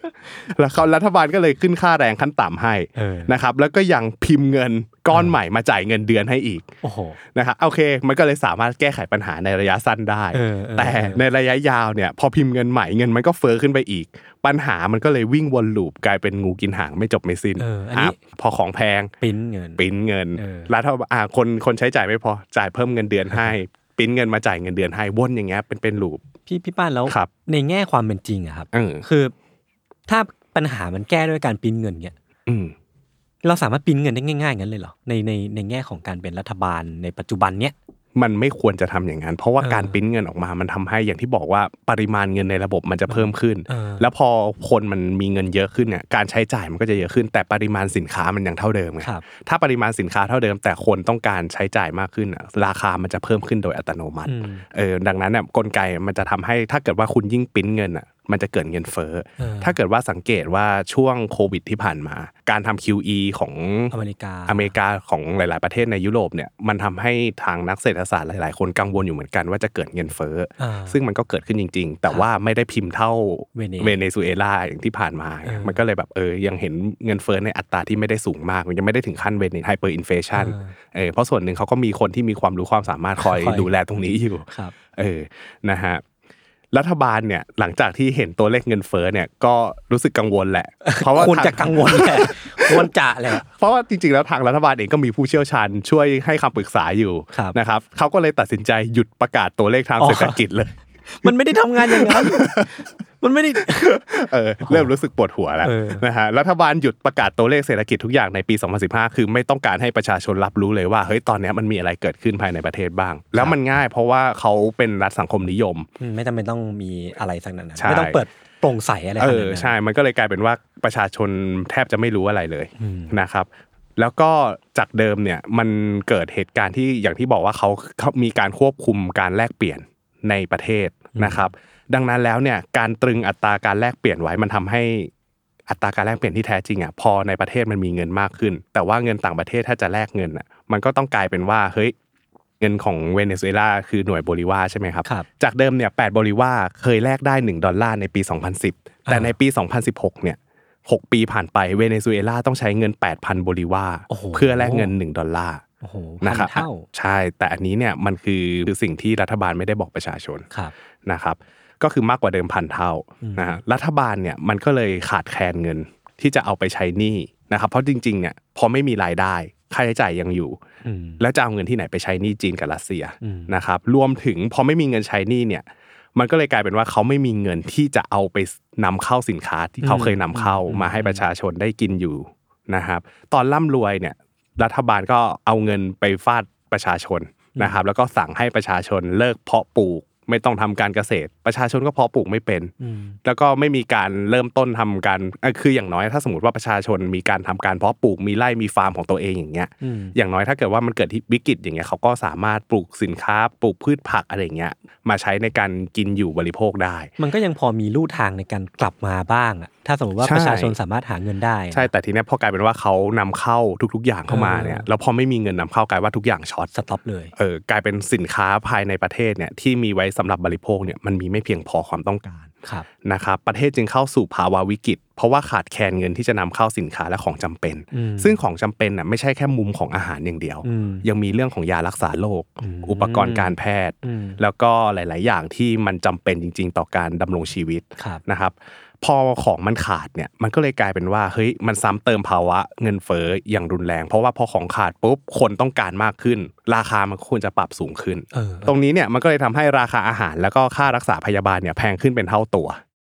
แล้วเขารัฐบาลก็เลยขึ้นค่าแรงขั้นต่ำให้นะครับแล้วก็ยังพิมพ์เงินก้อนใหม่มาจ่ายเงินเดือนให้อีกโอ้โหนะครับโอเคมันก็เลยสามารถแก้ไขปัญหาในระยะสั้นได้แต่ในระยะยาวเนี่ยพอพิมพ์เงินใหม่เงินมันก็เฟ้อขึ้นไปอีกปัญหามันก็เลยวิ่งวนลูปกลายเป็นงูกินหางไม่จบไม่สิ้นครับพอของแพงปิ้นเงินปิ้นเงินรัฐบาลคนคนใช้จ่ายไม่พอจ่ายเพิ่มเงินเดือนให้ปิ้นเงินมาจ่ายเงินเดือนให้วนอย่างเงี้ยเป็นเป็นลูปพี่พี่ป้านแล้วในแง่ความเป็นจริงอะครับคือถ้าปัญหามันแก้ด้วยการปิ้นเงินเงี้ยเราสามารถปิ้นเงินได้ง่ายๆงั้นเลยเหรอในในในแง่ของการเป็นรัฐบาลในปัจจุบันเนี้ยมันไม่ควรจะทำอย่างนั้นเพราะว่าการปิ้นเงินออกมามันทำให้อย่างที่บอกว่าปริมาณเงินในระบบมันจะเพิ่มขึ้นแล้วพอคนมันมีเงินเยอะขึ้นเนี่ยการใช้จ่ายมันก็จะเยอะขึ้นแต่ปริมาณสินค้ามันยังเท่าเดิมไงถ้าปริมาณสินค้าเท่าเดิมแต่คนต้องการใช้จ่ายมากขึ้นราคามันจะเพิ่มขึ้นโดยอัตโนมัติเออดังนั้นเนี่ยกลไกมันจะทำให้ถ้าเกิดว่าคุณยิ่งปิ้นเงินอ่ะมันจะเกิดเงินเฟ้อถ้าเกิดว่าสังเกตว่าช่วงโควิดที่ผ่านมาการทำ คิว อี ของอเมริกาอเมริกาของหลายๆประเทศในยุโรปเนี่ยมันทำให้ทางนักเศรษฐศาสตร์หลายๆคนกังวลอยู่เหมือนกันว่าจะเกิดเงินเฟ้อซึ่งมันก็เกิดขึ้นจริงๆแต่ว่าไม่ได้พิมพ์เท่าเวเนซุเอลาอย่างที่ผ่านมามันก็เลยแบบเออยังเห็นเงินเฟ้อในอัตราที่ไม่ได้สูงมากมันยังไม่ได้ถึงขั้นเวเนไฮเปอร์อินเฟลชั่นเออเพราะส่วนหนึ่งเขาก็มีคนที่มีความรู้ความสามารถคอยดูแลตรงนี้อยู่เออนะฮะรัฐบาลเนี่ยหลังจากที่เห็นตัวเลขเงินเฟ้อเนี่ยก็รู้สึกกังวลแหละเพราะว่าควรจะกังวลแหละควรจะแหละเพราะว่าจริงๆแล้วทางรัฐบาลเองก็มีผู้เชี่ยวชาญช่วยให้คำปรึกษาอยู่นะครับเขาก็เลยตัดสินใจหยุดประกาศตัวเลขทางเศรษฐกิจเลยมันไม่ได้ทำงานอย่างนั้นมันไม่ได้เออเริ่มรู้สึกปวดหัวแล้วนะฮะรัฐบาลหยุดประกาศตัวเลขเศรษฐกิจทุกอย่างในปีสองพันสิบห้าคือไม่ต้องการให้ประชาชนรับรู้เลยว่าเฮ้ยตอนนี้มันมีอะไรเกิดขึ้นภายในประเทศบ้างแล้วมันง่ายเพราะว่าเขาเป็นรัฐสังคมนิยมไม่จำเป็นต้องมีอะไรสักนั้นไม่ต้องเปิดโปร่งใสอะไรขนาดนั้นใช่มันก็เลยกลายเป็นว่าประชาชนแทบจะไม่รู้อะไรเลยนะครับแล้วก็จากเดิมเนี่ยมันเกิดเหตุการณ์ที่อย่างที่บอกว่าเขาเขามีการควบคุมการแลกเปลี่ยนในประเทศนะครับดังนั้นแล้วเนี่ยการตรึงอัตราการแลกเปลี่ยนไว้มันทำให้อัตราการแลกเปลี่ยนที่แท้จริงอ่ะพอในประเทศมันมีเงินมากขึ้นแต่ว่าเงินต่างประเทศถ้าจะแลกเงินอ่ะมันก็ต้องกลายเป็นว่าเฮ้ยเงินของเวเนซุเอลาคือหน่วยโบลิวาใช่ไหมครับจากเดิมเนี่ยแปดโบลิวาเคยแลกได้หนึ่งดอลลาร์ในปีสองพันสิบแต่ในปีสองพันสิบหกเนี่ยหกปีผ่านไปเวเนซุเอลาต้องใช้เงิน แปดพัน โบลิวาเพื่อแลกเงินหนึ่งดอลลาร์โอ้โหนะครับใช่แต่อันนี้เนี่ยมันคือคือสิ่งที่รัฐบาลไม่ได้บอกประชาชนนะครับก็คือมากกว่าเดิมพันเท่านะฮะรัฐบาลเนี่ยมันก็เลยขาดแคลนเงินที่จะเอาไปใช้หนี้นะครับเพราะจริงๆเนี่ยพอไม่มีรายได้ค่าใช้จ่ายยังอยู่แล้วจะเอาเงินที่ไหนไปใช้หนี้จีนกับรัสเซียนะครับรวมถึงพอไม่มีเงินใช้หนี้เนี่ยมันก็เลยกลายเป็นว่าเขาไม่มีเงินที่จะเอาไปนำเข้าสินค้าที่เขาเคยนำเข้ามาให้ประชาชนได้กินอยู่นะครับตอนร่ำรวยเนี่ยรัฐบาลก็เอาเงินไปฟาดประชาชนนะครับแล้วก็สั่งให้ประชาชนเลิกเพาะปลูกไม่ต้องทำการเกษตรประชาชนก็เพาะปลูกไม่เป็นแล้วก็ไม่มีการเริ่มต้นทำการคืออย่างน้อยถ้าสมมติว่าประชาชนมีการทำการเพาะปลูกมีไร่มีฟาร์มของตัวเองอย่างเงี้ยอย่างน้อยถ้าเกิดว่ามันเกิดที่วิกฤตอย่างเงี้ยเขาก็สามารถปลูกสินค้าปลูกพืชผักอะไรเงี้ยมาใช้ในการกินอยู่บริโภคได้มันก็ยังพอมีลู่ทางในการกลับมาบ้างอะถ้าสมมติว่าประชาชนสามารถหาเงินได้ใช่แต่ทีนี้พอกลายเป็นว่าเขานำเข้าทุกๆอย่างเข้ามาเนี่ยแล้วพอไม่มีเงินนำเข้ากลายว่าทุกอย่างช็อตสต็อปเลยเออกลายเป็นสินค้าภายในประเทศเนี่ยที่มีไว้สำหรับบริโภคเนี่ยมันมีไม่เพียงพอความต้องการนะครับประเทศจึงเข้าสู่ภาวะวิกฤตเพราะว่าขาดแคลนเงินที่จะนำเข้าสินค้าและของจำเป็นซึ่งของจำเป็นน่ะไม่ใช่แค่มุมของอาหารอย่างเดียวยังมีเรื่องของยารักษาโรคอุปกรณ์การแพทย์แล้วก็หลายๆอย่างที่มันจำเป็นจริงๆต่อการดำรงชีวิตนะครับพอของมันขาดเนี่ยมันก็เลยกลายเป็นว่าเฮ้ยมันซ้ำเติมภาวะเงินเฟ้ออย่างรุนแรงเพราะว่าพอของขาดปุ๊บคนต้องการมากขึ้นราคามันควรจะปรับสูงขึ้นตรงนี้เนี่ยมันก็เลยทำให้ราคาอาหารแล้วก็ค่ารักษาพยาบาลเนี่ยแพงขึ้นเป็นเท่าตัว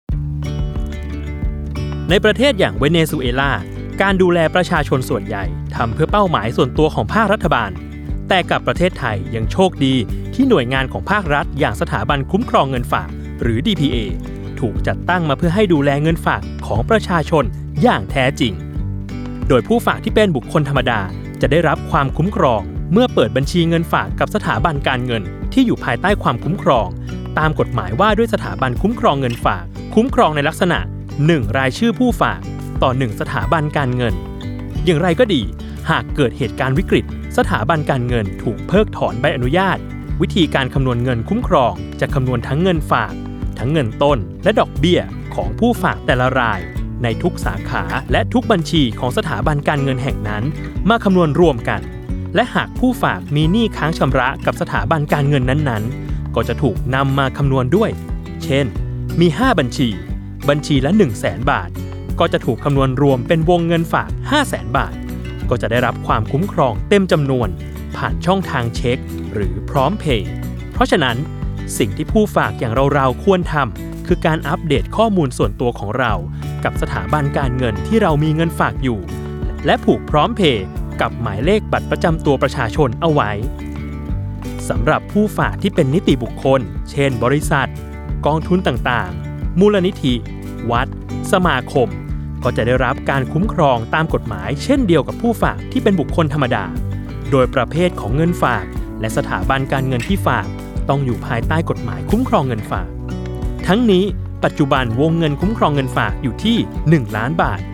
ในประเทศอย่างเวเนซุเอลาการดูแลประชาชนส่วนใหญ่ทำเพื่อเป้าหมายส่วนตัวของภาครัฐบาลแต่กับประเทศไทยยังโชคดีที่หน่วยงานของภาครัฐอย่างสถาบันคุ้มครองเงินฝากหรือ ดี พี เอ ถูกจัดตั้งมาเพื่อให้ดูแลเงินฝากของประชาชนอย่างแท้จริงโดยผู้ฝากที่เป็นบุคคลธรรมดาจะได้รับความคุ้มครองเมื่อเปิดบัญชีเงินฝากกับสถาบันการเงินที่อยู่ภายใต้ความคุ้มครองตามกฎหมายว่าด้วยสถาบันคุ้มครองเงินฝากคุ้มครองในลักษณะหนึ่งรายชื่อผู้ฝากต่อหนึ่งสถาบันการเงินอย่างไรก็ดีหากเกิดเหตุการณ์วิกฤตสถาบันการเงินถูกเพิกถอนใบอนุญาตวิธีการคำนวณเงินคุ้มครองจะคำนวณทั้งเงินฝากทั้งเงินต้นและดอกเบี้ยของผู้ฝากแต่ละรายในทุกสาขาและทุกบัญชีของสถาบันการเงินแห่งนั้นมาคำนวณรวมกันและหากผู้ฝากมีหนี้ค้างชำระกับสถาบันการเงินนั้นๆก็จะถูกนำมาคำนวณด้วยเช่นมีห้าบัญชีบัญชีละ หนึ่งแสน บาทก็จะถูกคำนวณรวมเป็นวงเงินฝาก ห้าแสน บาทก็จะได้รับความคุ้มครองเต็มจำนวนผ่านช่องทางเช็คหรือพร้อมเพย์เพราะฉะนั้นสิ่งที่ผู้ฝากอย่างเราๆควรทำคือการอัปเดตข้อมูลส่วนตัวของเรากับสถาบันการเงินที่เรามีเงินฝากอยู่และผูกพร้อมเพย์กับหมายเลขบัตรประจำตัวประชาชนเอาไว้สำหรับผู้ฝากที่เป็นนิติบุคคลเช่นบริษัทกองทุนต่างๆมูลนิธิวัดสมาคมก็จะได้รับการคุ้มครองตามกฎหมายเช่นเดียวกับผู้ฝากที่เป็นบุคคลธรรมดาโดยประเภทของเงินฝากและสถาบันการเงินที่ฝากต้องอยู่ภายใต้กฎหมายคุ้มครองเงินฝากทั้งนี้ปัจจุบันวงเงินคุ้มครองเงินฝากอยู่ที่หนึ่งล้านบาท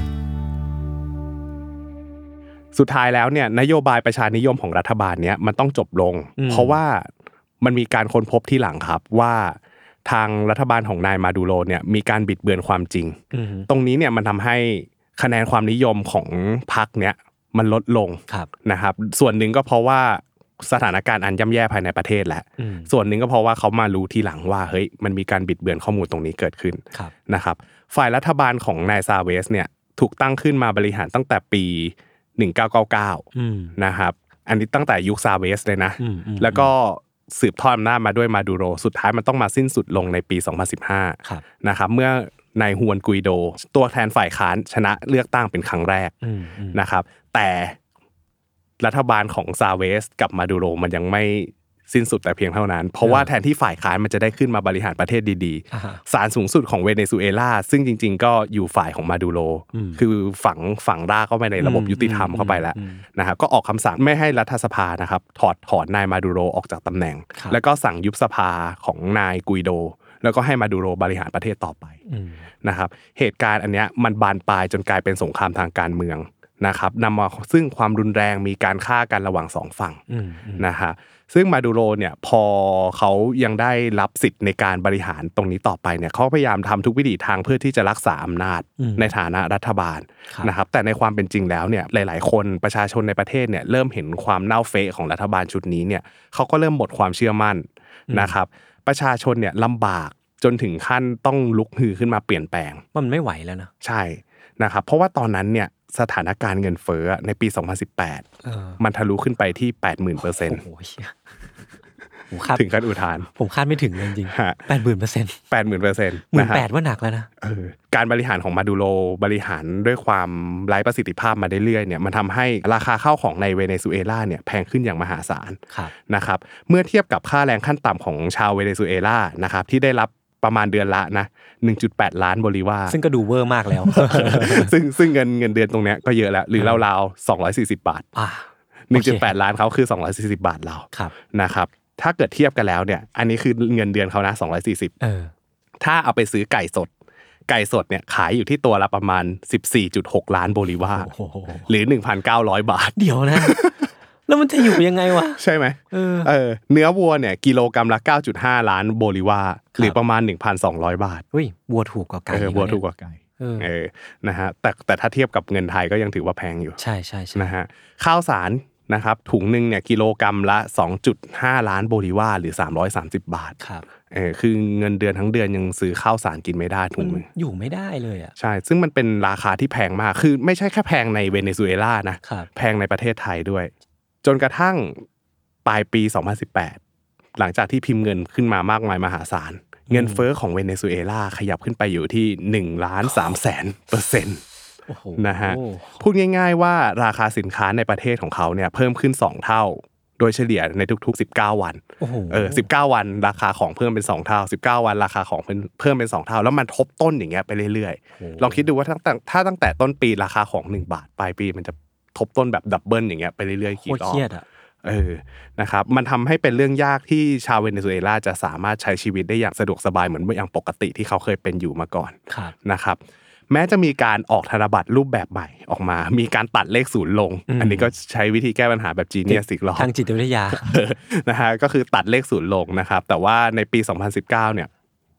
สุดท้ายแล้วเนี่ยนโยบายประชานิยมของรัฐบาลเนี้ยมันต้องจบลงเพราะว่ามันมีการค้นพบที่หลังครับว่าทางรัฐบาลของนายมาดูโรเนี่ยมีการบิดเบือนความจริงตรงนี้เนี่ยมันทำให้คะแนนความนิยมของพรรคเนี้ยมันลดลงนะครับส่วนหนึ่งก็เพราะว่าสถานการณ์อันย่ำแย่ภายในประเทศแหละส่วนหนึ่งก็เพราะว่าเขามารู้ทีหลังว่าเฮ้ยมันมีการบิดเบือนข้อมูลตรงนี้เกิดขึ้นนะครับฝ่ายรัฐบาลของนายซาเวสเนี่ยถูกตั้งขึ้นมาบริหารตั้งแต่ปีหนึ่งพันเก้าร้อยเก้าสิบเก้านะครับอันนี้ตั้งแต่ยุคซาเวสเลยนะแล้วก็สืบทอดอำนาจมาด้วยมาดูโรสุดท้ายมันต้องมาสิ้นสุดลงในปีสองพันสิบห้านะครับเมื่อนายฮวนกุยโดตัวแทนฝ่ายค้านชนะเลือกตั้งเป็นครั้งแรกนะครับแต่รัฐบาลของซาเวสกับมาดูโรมันยังไม่สิ้นสุดแต่เพียงเท่านั้นเพราะว่าแทนที่ฝ่ายค้านมันจะได้ขึ้นมาบริหารประเทศดีๆศาลสูงสุดของเวเนซุเอลาซึ่งจริงๆก็อยู่ฝ่ายของมาดูโรคือฝังฝังรากเข้าไปในระบบยุติธรรมเข้าไปแล้วนะครับก็ออกคำสั่งไม่ให้รัฐสภานะครับถอดถอนนายมาดูโรออกจากตำแหน่งแล้วก็สั่งยุบสภาของนายกุยโดแล้วก็ให้มาดูโรบริหารประเทศต่อไปนะครับเหตุการณ์อันเนี้ยมันบานปลายจนกลายเป็นสงครามทางการเมืองนะครับนำมาซึ่งความรุนแรงมีการฆ่ากันระหว่างสองฝั่งนะฮะซึ่งมาดูโรเนี่ยพอเขายังได้รับสิทธิ์ในการบริหารตรงนี้ต่อไปเนี่ยเขาพยายามทำทุกวิถีทางเพื่อที่จะรักษาอำนาจในฐานะรัฐบาลนะครับแต่ในความเป็นจริงแล้วเนี่ยหลายๆคนประชาชนในประเทศเนี่ยเริ่มเห็นความเน่าเฟะของรัฐบาลชุดนี้เนี่ยเขาก็เริ่มหมดความเชื่อมั่นนะครับประชาชนเนี่ยลำบากจนถึงขั้นต้องลุกฮือขึ้นมาเปลี่ยนแปลงมันไม่ไหวแล้วนะใช่นะครับเพราะว่าตอนนั้นเนี่ยสถานการณ์เงินเฟ้อในปีสองพันสิบแปดเออมันทะลุขึ้นไปที่ แปดหมื่นเปอร์เซ็นต์ โอ้โหผมคาดถึงขั้นอุทานผมคาดไม่ถึงเลยจริงๆ แปดหมื่นเปอร์เซ็นต์แปดหมื่นเปอร์เซ็นต์หนึ่งหมื่นแปดพันว่าหนักแล้วนะเออการบริหารของมาดูโรบริหารด้วยความไร้ประสิทธิภาพมาเรื่อยๆเนี่ยมันทำให้ราคาข้าวของในเวเนซุเอลาเนี่ยแพงขึ้นอย่างมหาศาลนะครับเมื่อเทียบกับค่าแรงขั้นต่ำของชาวเวเนซุเอลานะครับที่ได้รับประมาณเดือนละนะ หนึ่งจุดแปด ล้านโบลิวาซึ่งก็ดูเวอร์มากแล้วซึ่งซึ่งเงินเงินเดือนตรงเนี้ยก็เยอะแล้วหรือราวๆสองร้อยสี่สิบบาทอ่า หนึ่งจุดแปด ล้านเขาคือสองร้อยสี่สิบบาทเรานะครับถ้าเกิดเทียบกันแล้วเนี่ยอันนี้คือเงินเดือนเขานะสองร้อยสี่สิบเออถ้าเอาไปซื้อไก่สดไก่สดเนี่ยขายอยู่ที่ตัวละประมาณ สิบสี่จุดหก ล้านโบลิวาหรือ หนึ่งพันเก้าร้อย บาทเดี๋ยวนะแล้วมันจะอยู่ยังไงวะใช่ไหมเออเออเนื้อวัวเนี่ยกิโลกรัมละ เก้าจุดห้า ล้านโบลิวาหรือประมาณ หนึ่งพันสองร้อย บาทเฮ้ยวัวถูกกว่าไก่เออวัวถูกกว่าไก่เออนะฮะแต่แต่ถ้าเทียบกับเงินไทยก็ยังถือว่าแพงอยู่ใช่ๆๆนะฮะข้าวสารนะครับถุงนึงเนี่ยกิโลกรัมละ สองจุดห้า ล้านโบลิวาหรือสามร้อยสามสิบบาทครับเออคือเงินเดือนทั้งเดือนยังซื้อข้าวสารกินไม่ได้ถุงนึงอยู่ไม่ได้เลยอ่ะใช่ซึ่งมันเป็นราคาที่แพงมากคือไม่ใช่แค่แพงในเวเนซุเอลานะแพงในประเทศไทยด้วยจนกระทั่งปลายปีสองพันสิบแปดหลังจากที่พิมพ์เงินขึ้นมามากมายมหาศาลเงินเฟ้อของเวเนซุเอลาขยับขึ้นไปอยู่ที่หนึ่งล้านสามแสนเปอร์เซ็นต์นะฮะพูดง่ายๆว่าราคาสินค้าในประเทศของเขาเนี่ยเพิ่มขึ้นสองเท่าโดยเฉลี่ยในทุกๆสิบเก้าวันเออสิบเก้าวันราคาของเพิ่มเป็นสองเท่าสิบเก้าวันราคาของเพิ่มเป็นสองเท่าแล้วมันทบต้นอย่างเงี้ยไปเรื่อยๆลองคิดดูว่าตั้งแต่ถ้าตั้งแต่ต้นปีราคาของหนึ่งบาทปลายปีมันจะทบต้นแบบดับเบิลอย่างเงี้ยไปเรื่อยๆกี่รอบเออนะครับมันทำให้เป็นเรื่องยากที่ชาวเวเนซุเอลาจะสามารถใช้ชีวิตได้อย่างสะดวกสบายเหมือนอย่างปกติที่เขาเคยเป็นอยู่มาก่อนนะครับแม้จะมีการออกธนบัตรรูปแบบใหม่ออกมามีการตัดเลขศูนย์ลงอันนี้ก็ใช้วิธีแก้ปัญหาแบบจีเนียสอีกรอบทางจิตวิทยานะฮะก็คือตัดเลขศูนย์ลงนะครับแต่ว่าในปีสองพันสิบเก้าเนี่ย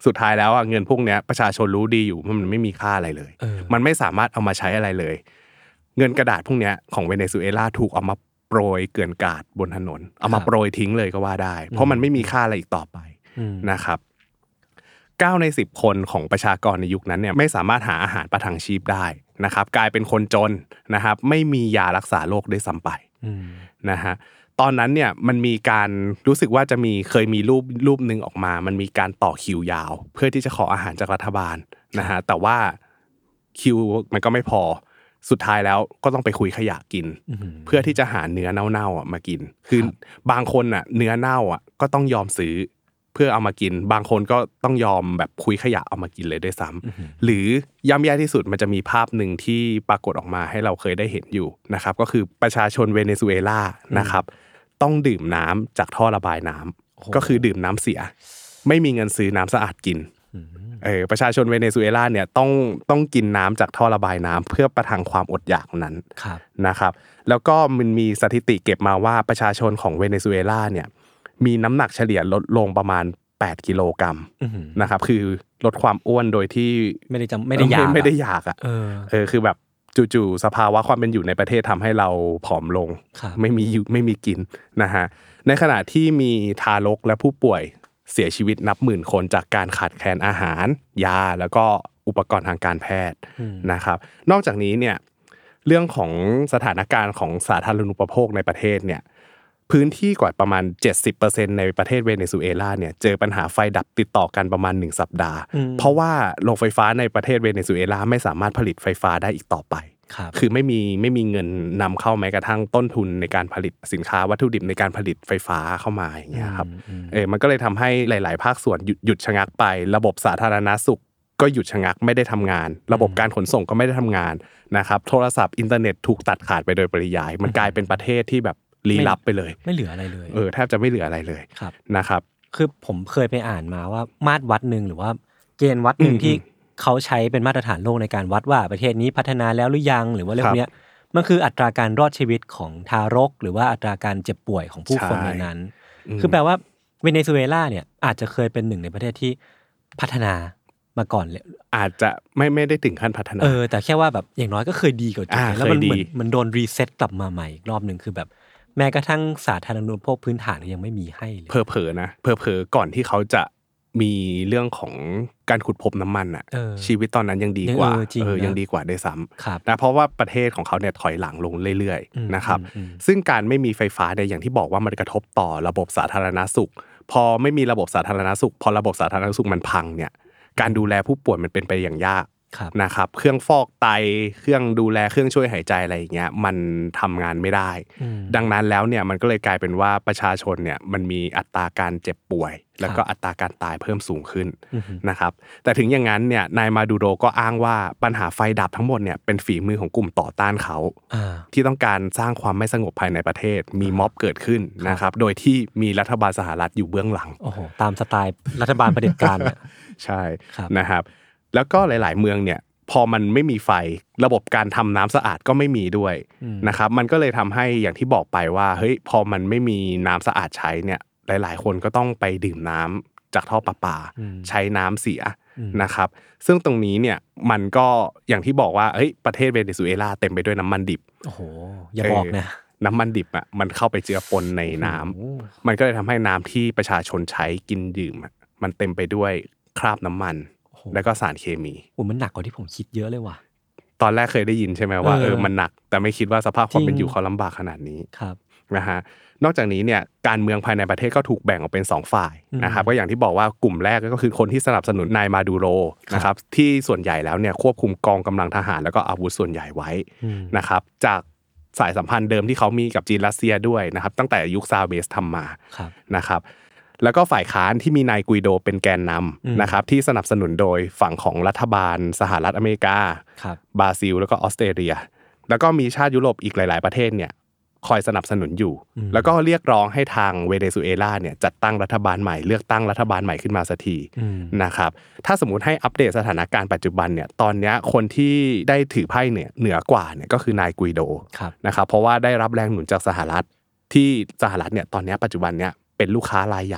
สุดท้ายแล้วอ่ะเงินพวกเนี้ยประชาชนรู้ดีอยู่ว่ามันไม่มีค่าอะไรเลยมันไม่สามารถเอามาใช้อะไรเลยเงินกระดาษพวกเนี้ยของเวเนซุเอลาถูกเอามาโปรยเกลื่อนกาดบนถนนเอามาโปรยทิ้งเลยก็ว่าได้เพราะมันไม่มีค่าอะไรอีกต่อไปนะครับเก้าในสิบคนของประชากรในยุคนั้นเนี่ยไม่สามารถหาอาหารประทังชีพได้นะครับกลายเป็นคนจนนะครับไม่มียารักษาโรคด้วยซ้ำไปนะฮะตอนนั้นเนี่ยมันมีการรู้สึกว่าจะมีเคยมีรูปรูปนึงออกมามันมีการต่อคิวยาวเพื่อที่จะขออาหารจากรัฐบาลนะฮะแต่ว่าคิวมันก็ไม่พอสุดท้ายแล้วก็ต้องไปคุยขยะกินเพื่อที่จะหาเนื้อเน่าๆอ่ะมากินคือบางคนอ่ะเนื้อเน่าอ่ะก็ต้องยอมซื้อเพื่อเอามากินบางคนก็ต้องยอมแบบคุยขยะเอามากินเลยด้วยซ้ำหรือย่ำแย่ที่สุดมันจะมีภาพหนึ่งที่ปรากฏออกมาให้เราเคยได้เห็นอยู่นะครับก็คือประชาชนเวเนซุเอลานะครับต้องดื่มน้ำจากท่อระบายน้ำก็คือดื่มน้ำเสียไม่มีเงินซื้อน้ำสะอาดกินเออประชาชนเวเนซุเอลาเนี่ยต้องต้องกินน้ำจากท่อระบายน้ำเพื่อประทังความอดอยากนั้นนะครับแล้วก็มันมีสถิติเก็บมาว่าประชาชนของเวเนซุเอลาเนี่ยมีน้ำหนักเฉลี่ยลดลงประมาณแปดกิโลกรัมนะครับคือลดความอ้วนโดยที่ไม่ได้จำไม่ได้อยากไม่ได้อยากอ่ะเออเออคือแบบจู่ๆสภาวะความเป็นอยู่ในประเทศทำให้เราผอมลงไม่มีอยู่ไม่มีกินนะฮะในขณะที่มีทารกและผู้ป่วยเสียชีวิตนับหมื่นคนจากการขาดแคลนอาหารยาแล้วก็อุปกรณ์ทางการแพทย์นะครับนอกจากนี้เนี่ยเรื่องของสถานการณ์ของสาธารณูปโภคในประเทศเนี่ยพื้นที่กว่าประมาณ เจ็ดสิบเปอร์เซ็นต์ ในประเทศเวเนซุเอลาเนี่ยเจอปัญหาไฟดับติดต่อกันประมาณหนึ่งสัปดาห์เพราะว่าโรงไฟฟ้าในประเทศเวเนซุเอลาไม่สามารถผลิตไฟฟ้าได้อีกต่อไปคือไม่มีไม่มีเงินนำเข้าแม้กระทั่งต้นทุนในการผลิตสินค้าวัตถุดิบในการผลิตไฟฟ้าเข้ามาอย่างเงี้ยครับเออมันก็เลยทำให้หลายๆภาคส่วนหยุดหยุดชะงักไประบบสาธารณสุขก็หยุดชะงักไม่ได้ทำงานระบบการขนส่งก็ไม่ได้ทำงานนะครับโทรศัพท์อินเทอร์เน็ตถูกตัดขาดไปโดยปริยายมันกลายเป็นประเทศที่แบบลี้ลับไปเลยไม่เหลืออะไรเลยเออแทบจะไม่เหลืออะไรเลยนะครับคือผมเคยไปอ่านมาว่ามาตรวัดนึงหรือว่าเกณฑ์วัดนึงที่เขาใช้เป็นมาตรฐานโลกในการวัดว่าประเทศนี้พัฒนาแล้วหรือยังหรือว่าเรื่องเนี้ยมันคืออัตราการรอดชีวิตของทารกหรือว่าอัตราการเจ็บป่วยของผู้คนในนั้นคือแปลว่าเวเนซุเอลาเนี่ยอาจจะเคยเป็นหนึ่งในประเทศที่พัฒนามาก่อนเลยอาจจะไม่ไม่ได้ถึงขั้นพัฒนาเออแต่แค่ว่าแบบอย่างน้อยก็เคยดีกว่าจุดแล้วมันเหมือนมันโดนรีเซ็ตกลับมาใหม่อีกรอบนึงคือแบบแม้กระทั่งสาธารณูปโภคพื้นฐานยังไม่มีให้เลยเผลอๆนะเผลอๆก่อนที่เขาจะมีเรื่องของการขุดพบน้ำมันอ่ะชีวิตตอนนั้นยังดีกว่าเออยังดีกว่าด้วยซ้ำนะเพราะว่าประเทศของเขาเนี่ยถอยหลังลงเรื่อยๆนะครับซึ่งการไม่มีไฟฟ้าเนี่ยอย่างที่บอกว่ามันกระทบต่อระบบสาธารณสุขพอไม่มีระบบสาธารณสุขพอระบบสาธารณสุขมันพังเนี่ยการดูแลผู้ป่วยมันเป็นไปอย่างยากนะครับเครื่องฟอกไตเครื่องดูแลเครื่องช่วยหายใจอะไรอย่างเงี้ยมันทำงานไม่ได้ดังนั้นแล้วเนี่ยมันก็เลยกลายเป็นว่าประชาชนเนี่ยมันมีอัตราการเจ็บป่วยแล้วก็อัตราการตายเพิ่มสูงขึ้นนะครับแต่ถึงอย่างนั้นเนี่ยนายมาดูโรก็อ้างว่าปัญหาไฟดับทั้งหมดเนี่ยเป็นฝีมือของกลุ่มต่อต้านเขาที่ต้องการสร้างความไม่สงบภายในประเทศมีม็อบเกิดขึ้นนะครับโดยที่มีรัฐบาลสหรัฐอยู่เบื้องหลังโอ้โหตามสไตล์รัฐบาลเผด็จการใช่นะครับแล้วก็หลายๆเมืองเนี่ยพอมันไม่มีไฟระบบการทำน้ำสะอาดก็ไม่มีด้วยนะครับมันก็เลยทำให้อย่างที่บอกไปว่าเฮ้ยพอมันไม่มีน้ำสะอาดใช้เนี่ยหลายๆคนก็ต้องไปดื่มน้ำจากท่อประปาใช้น้ำเสียนะครับซึ่งตรงนี้เนี่ยมันก็อย่างที่บอกว่าเฮ้ยประเทศเวเนซุเอลาเต็มไปด้วยน้ำมันดิบโอ้โหอย่าบอกนะน้ำมันดิบอ่ะมันเข้าไปเจือปนในน้ำมันก็เลยทำให้น้ำที่ประชาชนใช้กินดื่มมันเต็มไปด้วยคราบน้ำมันแล้วก็สารเคมีโอ้มันหนักกว่าที่ผมคิดเยอะเลยว่ะตอนแรกเคยได้ยินใช่ไหมว่าเออมันหนักแต่ไม่คิดว่าสภาพความเป็นอยู่เขาลำบากขนาดนี้ครับนะฮะนอกจากนี้เนี่ยการเมืองภายในประเทศก็ถูกแบ่งออกเป็นสองฝ่ายนะครับก็อย่างที่บอกว่ากลุ่มแรกก็คือคนที่สนับสนุนนายมาดูโรนะครับที่ส่วนใหญ่แล้วเนี่ยควบคุมกองกำลังทหารแล้วก็อาวุธส่วนใหญ่ไว้นะครับจากสายสัมพันธ์เดิมที่เขามีกับจีนรัสเซียด้วยนะครับตั้งแต่ยุคซาเวสทำมานะครับแล้วก็ฝ่ายค้านที่มีนายกุยโดเป็นแกนนำนะครับที่สนับสนุนโดยฝั่งของรัฐบาลสหรัฐอเมริกาบราซิลแล้วก็ออสเตรเลียแล้วก็มีชาติยุโรปอีกหลายๆประเทศเนี่ยคอยสนับสนุนอยู่แล้วก็เรียกร้องให้ทางเวเนซุเอลาเนี่ยจัดตั้งรัฐบาลใหม่เลือกตั้งรัฐบาลใหม่ขึ้นมาสักทีนะครับถ้าสมมุติให้อัปเดตสถานการณ์ปัจจุบันเนี่ยตอนนี้คนที่ได้ถือไพ่เนี่ยเหนือกว่าเนี่ยก็คือนายกุยโดนะครับเพราะว่าได้รับแรงหนุนจากสหรัฐที่สหรัฐเนี่ยตอนนี้ปัจจุบันเนี่ยเป็นลูกค้ารายใหญ่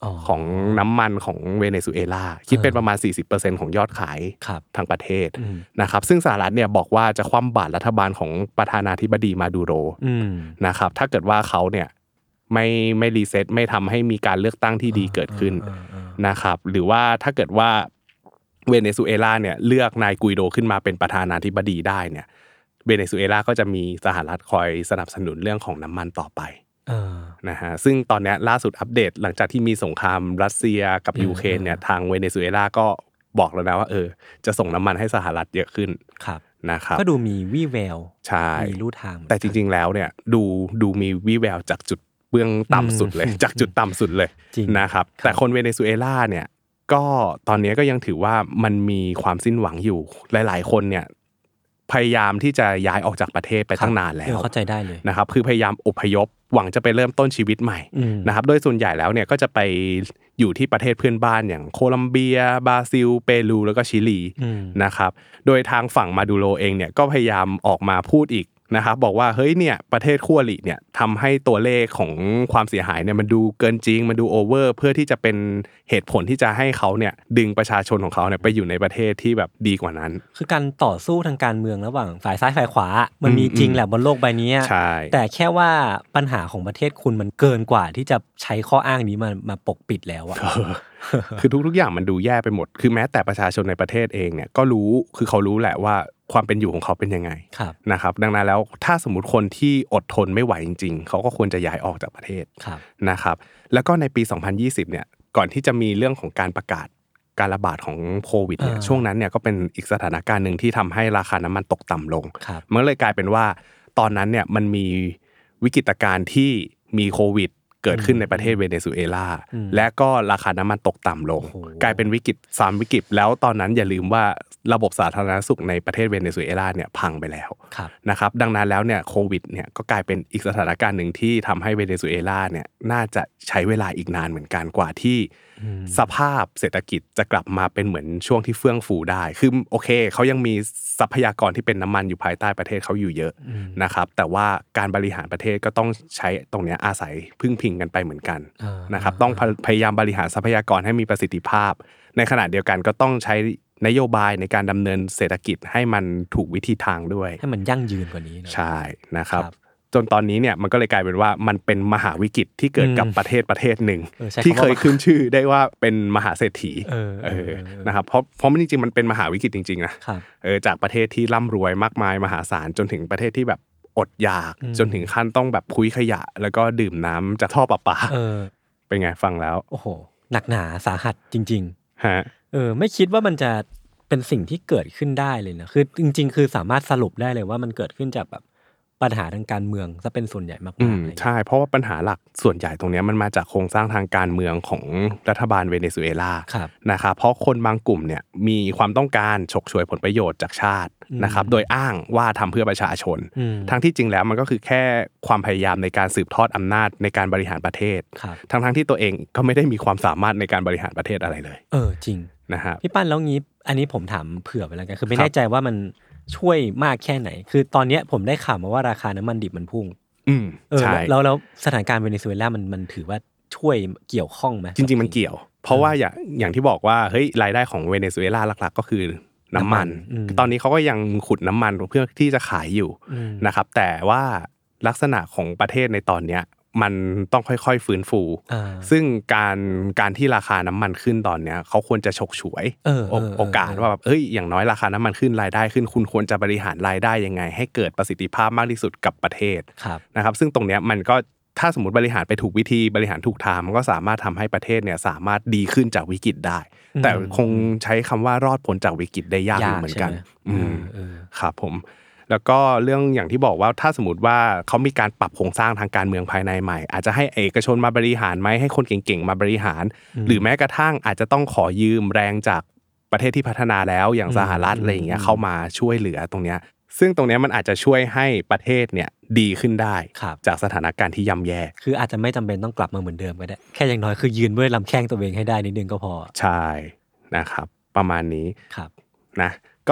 ของน้ำมันของเวเนซุเอลาคิดเป็นประมาณ สี่สิบเปอร์เซ็นต์ ของยอดขายทั้งประเทศนะครับซึ่งสหรัฐเนี่ยบอกว่าจะคว่ำบาตรรัฐบาลของประธานาธิบดีมาดูโรนะครับถ้าเกิดว่าเขาเนี่ยไม่ไม่รีเซ็ตไม่ทำให้มีการเลือกตั้งที่ดีเกิดขึ้นนะครับหรือว่าถ้าเกิดว่าเวเนซุเอลาเนี่ยเลือกนายกุยโดขึ้นมาเป็นประธานาธิบดีได้เนี่ยเวเนซุเอลาก็จะมีสหรัฐคอยสนับสนุนเรื่องของน้ำมันต่อไปนะฮะซึ่งตอนนี้ล่าสุดอัปเดตหลังจากที่มีสงครามรัสเซียกับยูเครนเนี่ยทางเวเนซุเอลาก็บอกแล้วนะว่าเออจะส่งน้ำมันให้สหรัฐเยอะขึ้นนะครับก็ดูมีวี่แววใช่มีลู่ทางแต่จริงๆแล้วเนี่ยดูดูมีวี่แววจากจุดเบื้องต่ำสุดเลยจากจุดต่ำสุดเลยนะครับแต่คนเวเนซุเอลาเนี่ยก็ตอนนี้ก็ยังถือว่ามันมีความสิ้นหวังอยู่หลายๆคนเนี่ยพยายามที่จะย้ายออกจากประเทศไปตั้งนานแล้วเข้าใจได้เลยนะครับคือพยายามอพยพหวังจะไปเริ่มต้นชีวิตใหม่นะครับโดยส่วนใหญ่แล้วเนี่ยก็จะไปอยู่ที่ประเทศเพื่อนบ้านอย่างโคลัมเบียบราซิลเปรูแล้วก็ชิลีนะครับโดยทางฝั่งมาดูโรเองเนี่ยก็พยายามออกมาพูดอีกนะครับบอกว่าเฮ้ยเนี่ยประเทศคู่อริเนี่ยทำให้ตัวเลขของความเสียหายเนี่ยมันดูเกินจริงมันดูโอเวอร์เพื่อที่จะเป็นเหตุผลที่จะให้เขาเนี่ยดึงประชาชนของเขาเนี่ยไปอยู่ในประเทศที่แบบดีกว่านั้นคือการต่อสู้ทางการเมืองระหว่างฝ่ายซ้ายฝ่ายขวามันมีจริงแหละบนโลกใบนี้แต่แค่ว่าปัญหาของประเทศคุณมันเกินกว่าที่จะใช้ข้ออ้างนี้มามาปกปิดแล้วอะคือทุกๆอย่างมันดูแย่ไปหมดคือแม้แต่ประชาชนในประเทศเองเนี่ยก็รู้คือเขารู้แหละว่าความเป็นอยู่ของเขาเป็นยังไงนะครับดังนั้นแล้วถ้าสมมุติคนที่อดทนไม่ไหวจริงๆเขาก็ควรจะย้ายออกจากประเทศนะครับแล้วก็ในปีสองพันยี่สิบเนี่ยก่อนที่จะมีเรื่องของการประกาศการระบาดของโควิดเนี่ยช่วงนั้นเนี่ยก็เป็นอีกสถานการณ์นึงที่ทำให้ราคาน้ำมันตกต่ำลงมันเลยกลายเป็นว่าตอนนั้นเนี่ยมันมีวิกฤตการณ์ที่มีโควิดเกิดขึ้นในประเทศเวเนซุเอลาและก็ราคาน้ำมันตกต่ำลงกลายเป็นวิกฤตสามวิกฤตแล้วตอนนั้นอย่าลืมว่าระบบสาธารณสุขในประเทศเวเนซุเอลาเนี่ยพังไปแล้วนะครับดังนั้นแล้วเนี่ยโควิดเนี่ยก็กลายเป็นอีกสถานการณ์หนึ่งที่ทำให้เวเนซุเอลาเนี่ยน่าจะใช้เวลาอีกนานเหมือนกันกว่าที่สภาพเศรษฐกิจจะกลับมาเป็นเหมือนช่วงที่เฟื่องฟูได้คือโอเคเขายังมีทรัพยากรที่เป็นน้ำมันอยู่ภายใต้ประเทศเขาอยู่เยอะนะครับแต่ว่าการบริหารประเทศก็ต้องใช้ตรงนี้อาศัยพึ่งพิงกันไปเหมือนกันนะครับต้องพยายามบริหารทรัพยากรให้มีประสิทธิภาพในขณะเดียวกันก็ต้องใช้นโยบายในการดำเนินเศรษฐกิจให้มันถูกวิธีทางด้วยให้มันยั่งยืนกว่านี้ใช่นะครับจนตอนนี้เนี่ยมันก็เลยกลายเป็นว่ามันเป็นมหาวิกฤตที่เกิดกับประเทศประเทศหนึ่งที่เคยขึ้นชื่อได้ว่าเป็นมหาเศรษฐีเออนะครับเพราะเพราะมันจริงๆมันเป็นมหาวิกฤตจริงๆนะเออจากประเทศที่ร่ำรวยมากมายมหาศาลจนถึงประเทศที่แบบอดอยากจนถึงขั้นต้องแบบคุยขยะแล้วก็ดื่มน้ำจากท่อประปาเป็นไงฟังแล้วโอ้โหหนักหนาสาหัสจริงๆฮะเออไม่คิดว่ามันจะเป็นสิ่งที่เกิดขึ้นได้เลยนะคือจริงๆคือสามารถสรุปได้เลยว่ามันเกิดขึ้นจากแบบปัญหาทางการเมืองซะเป็นส่วนใหญ่มากๆเลยใช่เพราะว่าปัญหาหลักส่วนใหญ่ตรงนี้มันมาจากโครงสร้างทางการเมืองของรัฐบาลเวเนซุเอลานะครับเพราะคนบางกลุ่มเนี่ยมีความต้องการฉกฉวยผลประโยชน์จากชาตินะครับโดยอ้างว่าทำเพื่อประชาชนทั้งที่จริงแล้วมันก็คือแค่ความพยายามในการสืบทอดอำนาจในการบริหารประเทศทั้งทั้งที่ตัวเองก็ไม่ได้มีความสามารถในการบริหารประเทศอะไรเลยเออจริงนะฮะพี่ปั้นแล้วงี้อันนี้ผมถามเผื่อไปแล้วกันคือไม่แน่ใจว่ามันช่วยมากแค่ไหนคือตอนนี้ผมได้ข่าวมาว่าราคาน้ำมันดิบมันพุ่งอืมใช่แล้วแล้วสถานการณ์เวเนซุเอลามันมันถือว่าช่วยเกี่ยวข้องไหมจริงๆมันเกี่ยวเพราะว่าอย่างอย่างที่บอกว่าเฮ้ยรายได้ของเวเนซุเอลาหลักๆก็คือน้ำมันตอนนี้เขาก็ยังขุดน้ำมันเพื่อที่จะขายอยู่นะครับแต่ว่าลักษณะของประเทศในตอนเนี้ยมันต้องค่อยๆฟื้นฟูซึ่งการการที่ราคาน้ำมันขึ้นตอนเนี้ยเขาควรจะฉกฉวยโอกาสว่าแบบเอ้ยอย่างน้อยราคาน้ำมันขึ้นรายได้ขึ้นคุณควรจะบริหารรายได้ยังไงให้เกิดประสิทธิภาพมากที่สุดกับประเทศนะครับซึ่งตรงเนี้ยมันก็ถ้าสมมติบริหารไปถูกวิธีบริหารถูกทางมันก็สามารถทำให้ประเทศเนี่ยสามารถดีขึ้นจากวิกฤตได้แต่คงใช้คำว่ารอดพ้นจากวิกฤตได้ยากเหมือนกันครับผมแล้วก็เรื่องอย่างที่บอกว่าถ้าสมมติว่าเขามีการปรับโครงสร้างทางการเมืองภายในใหม่อาจจะให้เอกชนมาบริหารไหมให้คนเก่งๆมาบริหารหรือแม้กระทั่งอาจจะต้องขอยืมแรงจากประเทศที่พัฒนาแล้วอย่างสหรัฐอะไรอย่างเงี้ยเข้ามาช่วยเหลือตรงเนี้ยซึ่งตรงนี้มันอาจจะช่วยให้ประเทศเนี่ยดีขึ้นได้จากสถานการณ์ที่ย่ำแย่คืออาจจะไม่จำเป็นต้องกลับมาเหมือนเดิมก็ได้แค่อย่างน้อยคือยืนด้วยลำแข้งตัวเองให้ได้นิดนึงก็พอใช่นะครับประมาณนี้ครับนะก็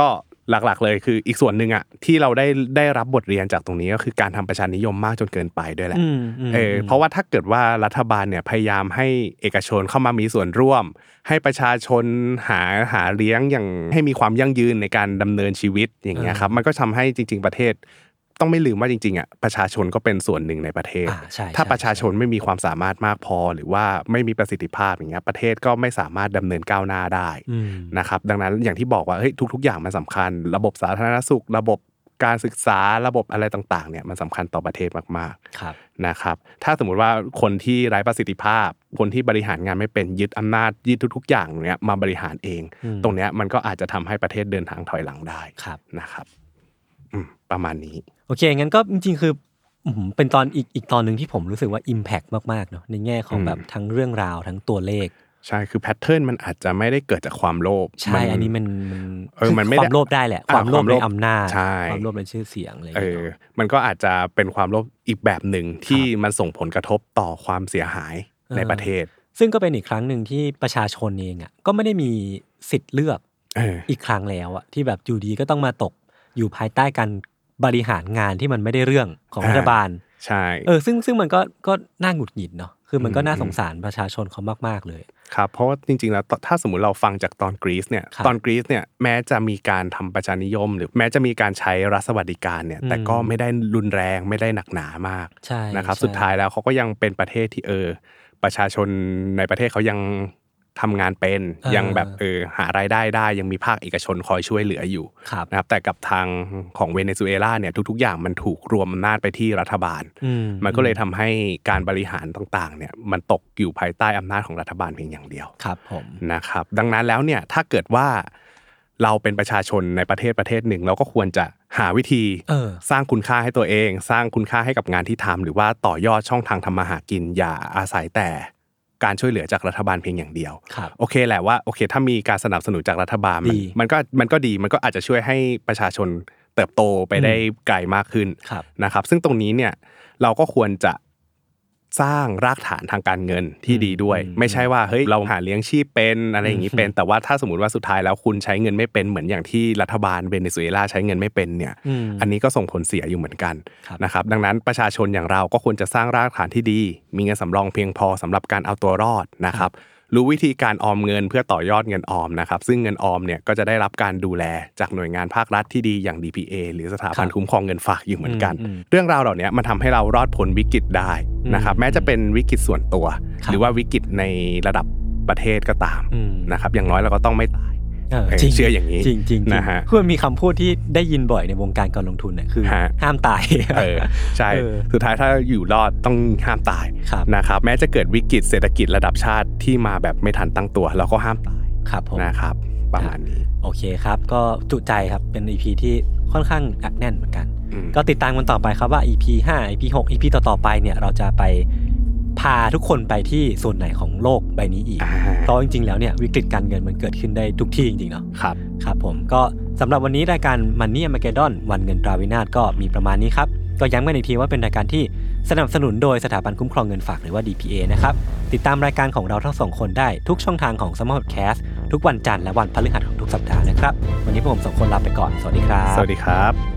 หลักๆเลยคืออีกส่วนหนึ่งอ่ะที่เราได้ได้รับบทเรียนจากตรงนี้ก็คือการทำประชานิยมมากจนเกินไปด้วยแหละเออเพราะว่าถ้าเกิดว่ารัฐบาลเนี่ยพยายามให้เอกชนเข้ามามีส่วนร่วมให้ประชาชนหาหาเลี้ยงอย่างให้มีความยั่งยืนในการดำเนินชีวิตอย่างเงี้ยครับมันก็ทำให้จริงๆประเทศต้องไม่ลืมว่าจริงๆอ่ะประชาชนก็เป็นส่วนหนึ่งในประเทศถ้าประชาชนไม่มีความสามารถมากพอหรือว่าไม่มีประสิทธิภาพอย่างเงี้ยประเทศก็ไม่สามารถดำเนินก้าวหน้าได้นะครับดังนั้นอย่างที่บอกว่าเฮ้ยทุกๆอย่างมันสำคัญระบบสาธารณสุขระบบการศึกษาระบบอะไรต่างๆเนี่ยมันสำคัญต่อประเทศมากๆนะครับถ้าสมมุติว่าคนที่ไร้ประสิทธิภาพคนที่บริหารงานไม่เป็นยึดอำนาจยึดทุกๆอย่างเนี้ยมาบริหารเองตรงเนี้ยมันก็อาจจะทำให้ประเทศเดินทางถอยหลังได้นะครับประมาณนี้โอเคงั้นก็จริงๆคือเป็นตอนอีกอีกตอนนึงที่ผมรู้สึกว่า impact มากๆเนาะในแง่ของแบบทั้งเรื่องราวทั้งตัวเลขใช่คือแพทเทิร์นมันอาจจะไม่ได้เกิดจากความโลภใช่อันนี้มันเออมันไม่ความโลภได้แหละความโลภในอำนาจความโลภในชื่อเสียงอะไรเออมันก็อาจจะเป็นความโลภอีกแบบหนึ่งที่มันส่งผลกระทบต่อความเสียหายในประเทศซึ่งก็เป็นอีกครั้งหนึ่งที่ประชาชนเองอ่ะก็ไม่ได้มีสิทธิ์เลือกอีกครั้งแล้วอ่ะที่แบบอยู่ดีก็ต้องมาตกอยู่ภายใต้การบริหารงานที่มันไม่ได้เรื่องของรัฐบาลใช่เออซึ่งซึ่งมันก็ก็น่าหงุดหงิดเนาะคือมันก็น่าสงสารประชาชนเขามากๆเลยครับเพราะว่าจริงๆแล้วถ้าสมมุติเราฟังจากตอนกรีซเนี่ยตอนกรีซเนี่ยแม้จะมีการทำประชานิยมหรือแม้จะมีการใช้รัฐสวัสดิการเนี่ยแต่ก็ไม่ได้รุนแรงไม่ได้หนักหนามากนะครับสุดท้ายแล้วเขาก็ยังเป็นประเทศที่เออประชาชนในประเทศเขายังทำงานเป็นยังแบบเออหารายได้ได้ยังมีภาคเอกชนคอยช่วยเหลืออยู่นะครับแต่กับทางของเวเนซุเอลาเนี่ยทุกๆอย่างมันถูกรวมอำนาจไปที่รัฐบาลมันก็เลยทำให้การบริหารต่างๆเนี่ยมันตกอยู่ภายใต้อำนาจของรัฐบาลเพียงอย่างเดียวครับผมนะครับดังนั้นแล้วเนี่ยถ้าเกิดว่าเราเป็นประชาชนในประเทศประเทศหนึ่งเราก็ควรจะหาวิธีสร้างคุณค่าให้ตัวเองสร้างคุณค่าให้กับงานที่ทำหรือว่าต่อยอดช่องทางทำมาหากินอย่าอาศัยแต่การช่วยเหลือจากรัฐบาลเพียงอย่างเดียวโอเคแหละว่าโอเคถ้ามีการสนับสนุนจากรัฐบาลมันมันก็มันก็ดีมันก็อาจจะช่วยให้ประชาชนเติบโตไปได้ไกลมากขึ้นนะครับซึ่งตรงนี้เนี่ยเราก็ควรจะสร้างรากฐานทางการเงินที่ดีด้วยไม่ใช่ว่าเฮ้ยเราหาเลี้ยงชีพเป็นอะไรอย่างนี้เป็นแต่ว่าถ้าสมมุติว่าสุดท้ายแล้วคุณใช้เงินไม่เป็นเหมือนอย่างที่รัฐบาลเวเนซุเอลาใช้เงินไม่เป็นเนี่ยอันนี้ก็ส่งผลเสียอยู่เหมือนกันนะครับดังนั้นประชาชนอย่างเราก็ควรจะสร้างรากฐานที่ดีมีเงินสำรองเพียงพอสำหรับการเอาตัวรอดนะครับรู้วิธีการออมเงินเพื่อต่อยอดเงินออมนะครับซึ่งเงินออมเนี่ยก็จะได้รับการดูแลจากหน่วยงานภาครัฐที่ดีอย่าง ดี พี เอ หรือสถาบันคุ้มครองเงินฝากอยู่เหมือนกันเรื่องราวเหล่านี้มันทำให้เรารอดพ้นวิกฤตได้นะครับแม้จะเป็นวิกฤตส่วนตัวหรือว่าวิกฤตในระดับประเทศก็ตามนะครับอย่างน้อยเราก็ต้องไม่ตายเชื่ออย่างนี้จริงๆนะฮะคือมันมีคำพูดที่ได้ยินบ่อยในวงการการลงทุนเนี่ยคือห้ามตายเออใช่สุดท้ายถ้าอยู่รอดต้องห้ามตายนะครับแม้จะเกิดวิกฤตเศรษฐกิจระดับชาติที่มาแบบไม่ทันตั้งตัวเราก็ห้ามตายนะครับประมาณนี้โอเคครับก็จุใจครับเป็น อี พี ที่ค่อนข้างอัดแน่นเหมือนกันก็ติดตามกันต่อไปครับว่า อี พี ห้า อี พี หก อี พี ต่อๆไปเนี่ยเราจะไปพาทุกคนไปที่ส่วนไหนของโลกใบนี้อีกเพราะจริงๆแล้วเนี่ยวิกฤตการเงินมันเกิดขึ้นได้ทุกที่จริงๆเนาะครับครับผมก็สำหรับวันนี้รายการ Money Armageddon วันเงินตราวินาศก็มีประมาณนี้ครับก็ย้ำกันอีกทีว่าเป็นรายการที่สนับสนุนโดยสถาบันคุ้มครองเงินฝากหรือว่า ดี พี เอ นะครับติดตามรายการของเราทั้งสองคนได้ทุกช่องทางของ Smart Podcast ทุกวันจันทร์และวันพฤหัสของทุกสัปดาห์นะครับวันนี้ผมสองคนลาไปก่อนสวัสดีครับสวัสดีครับ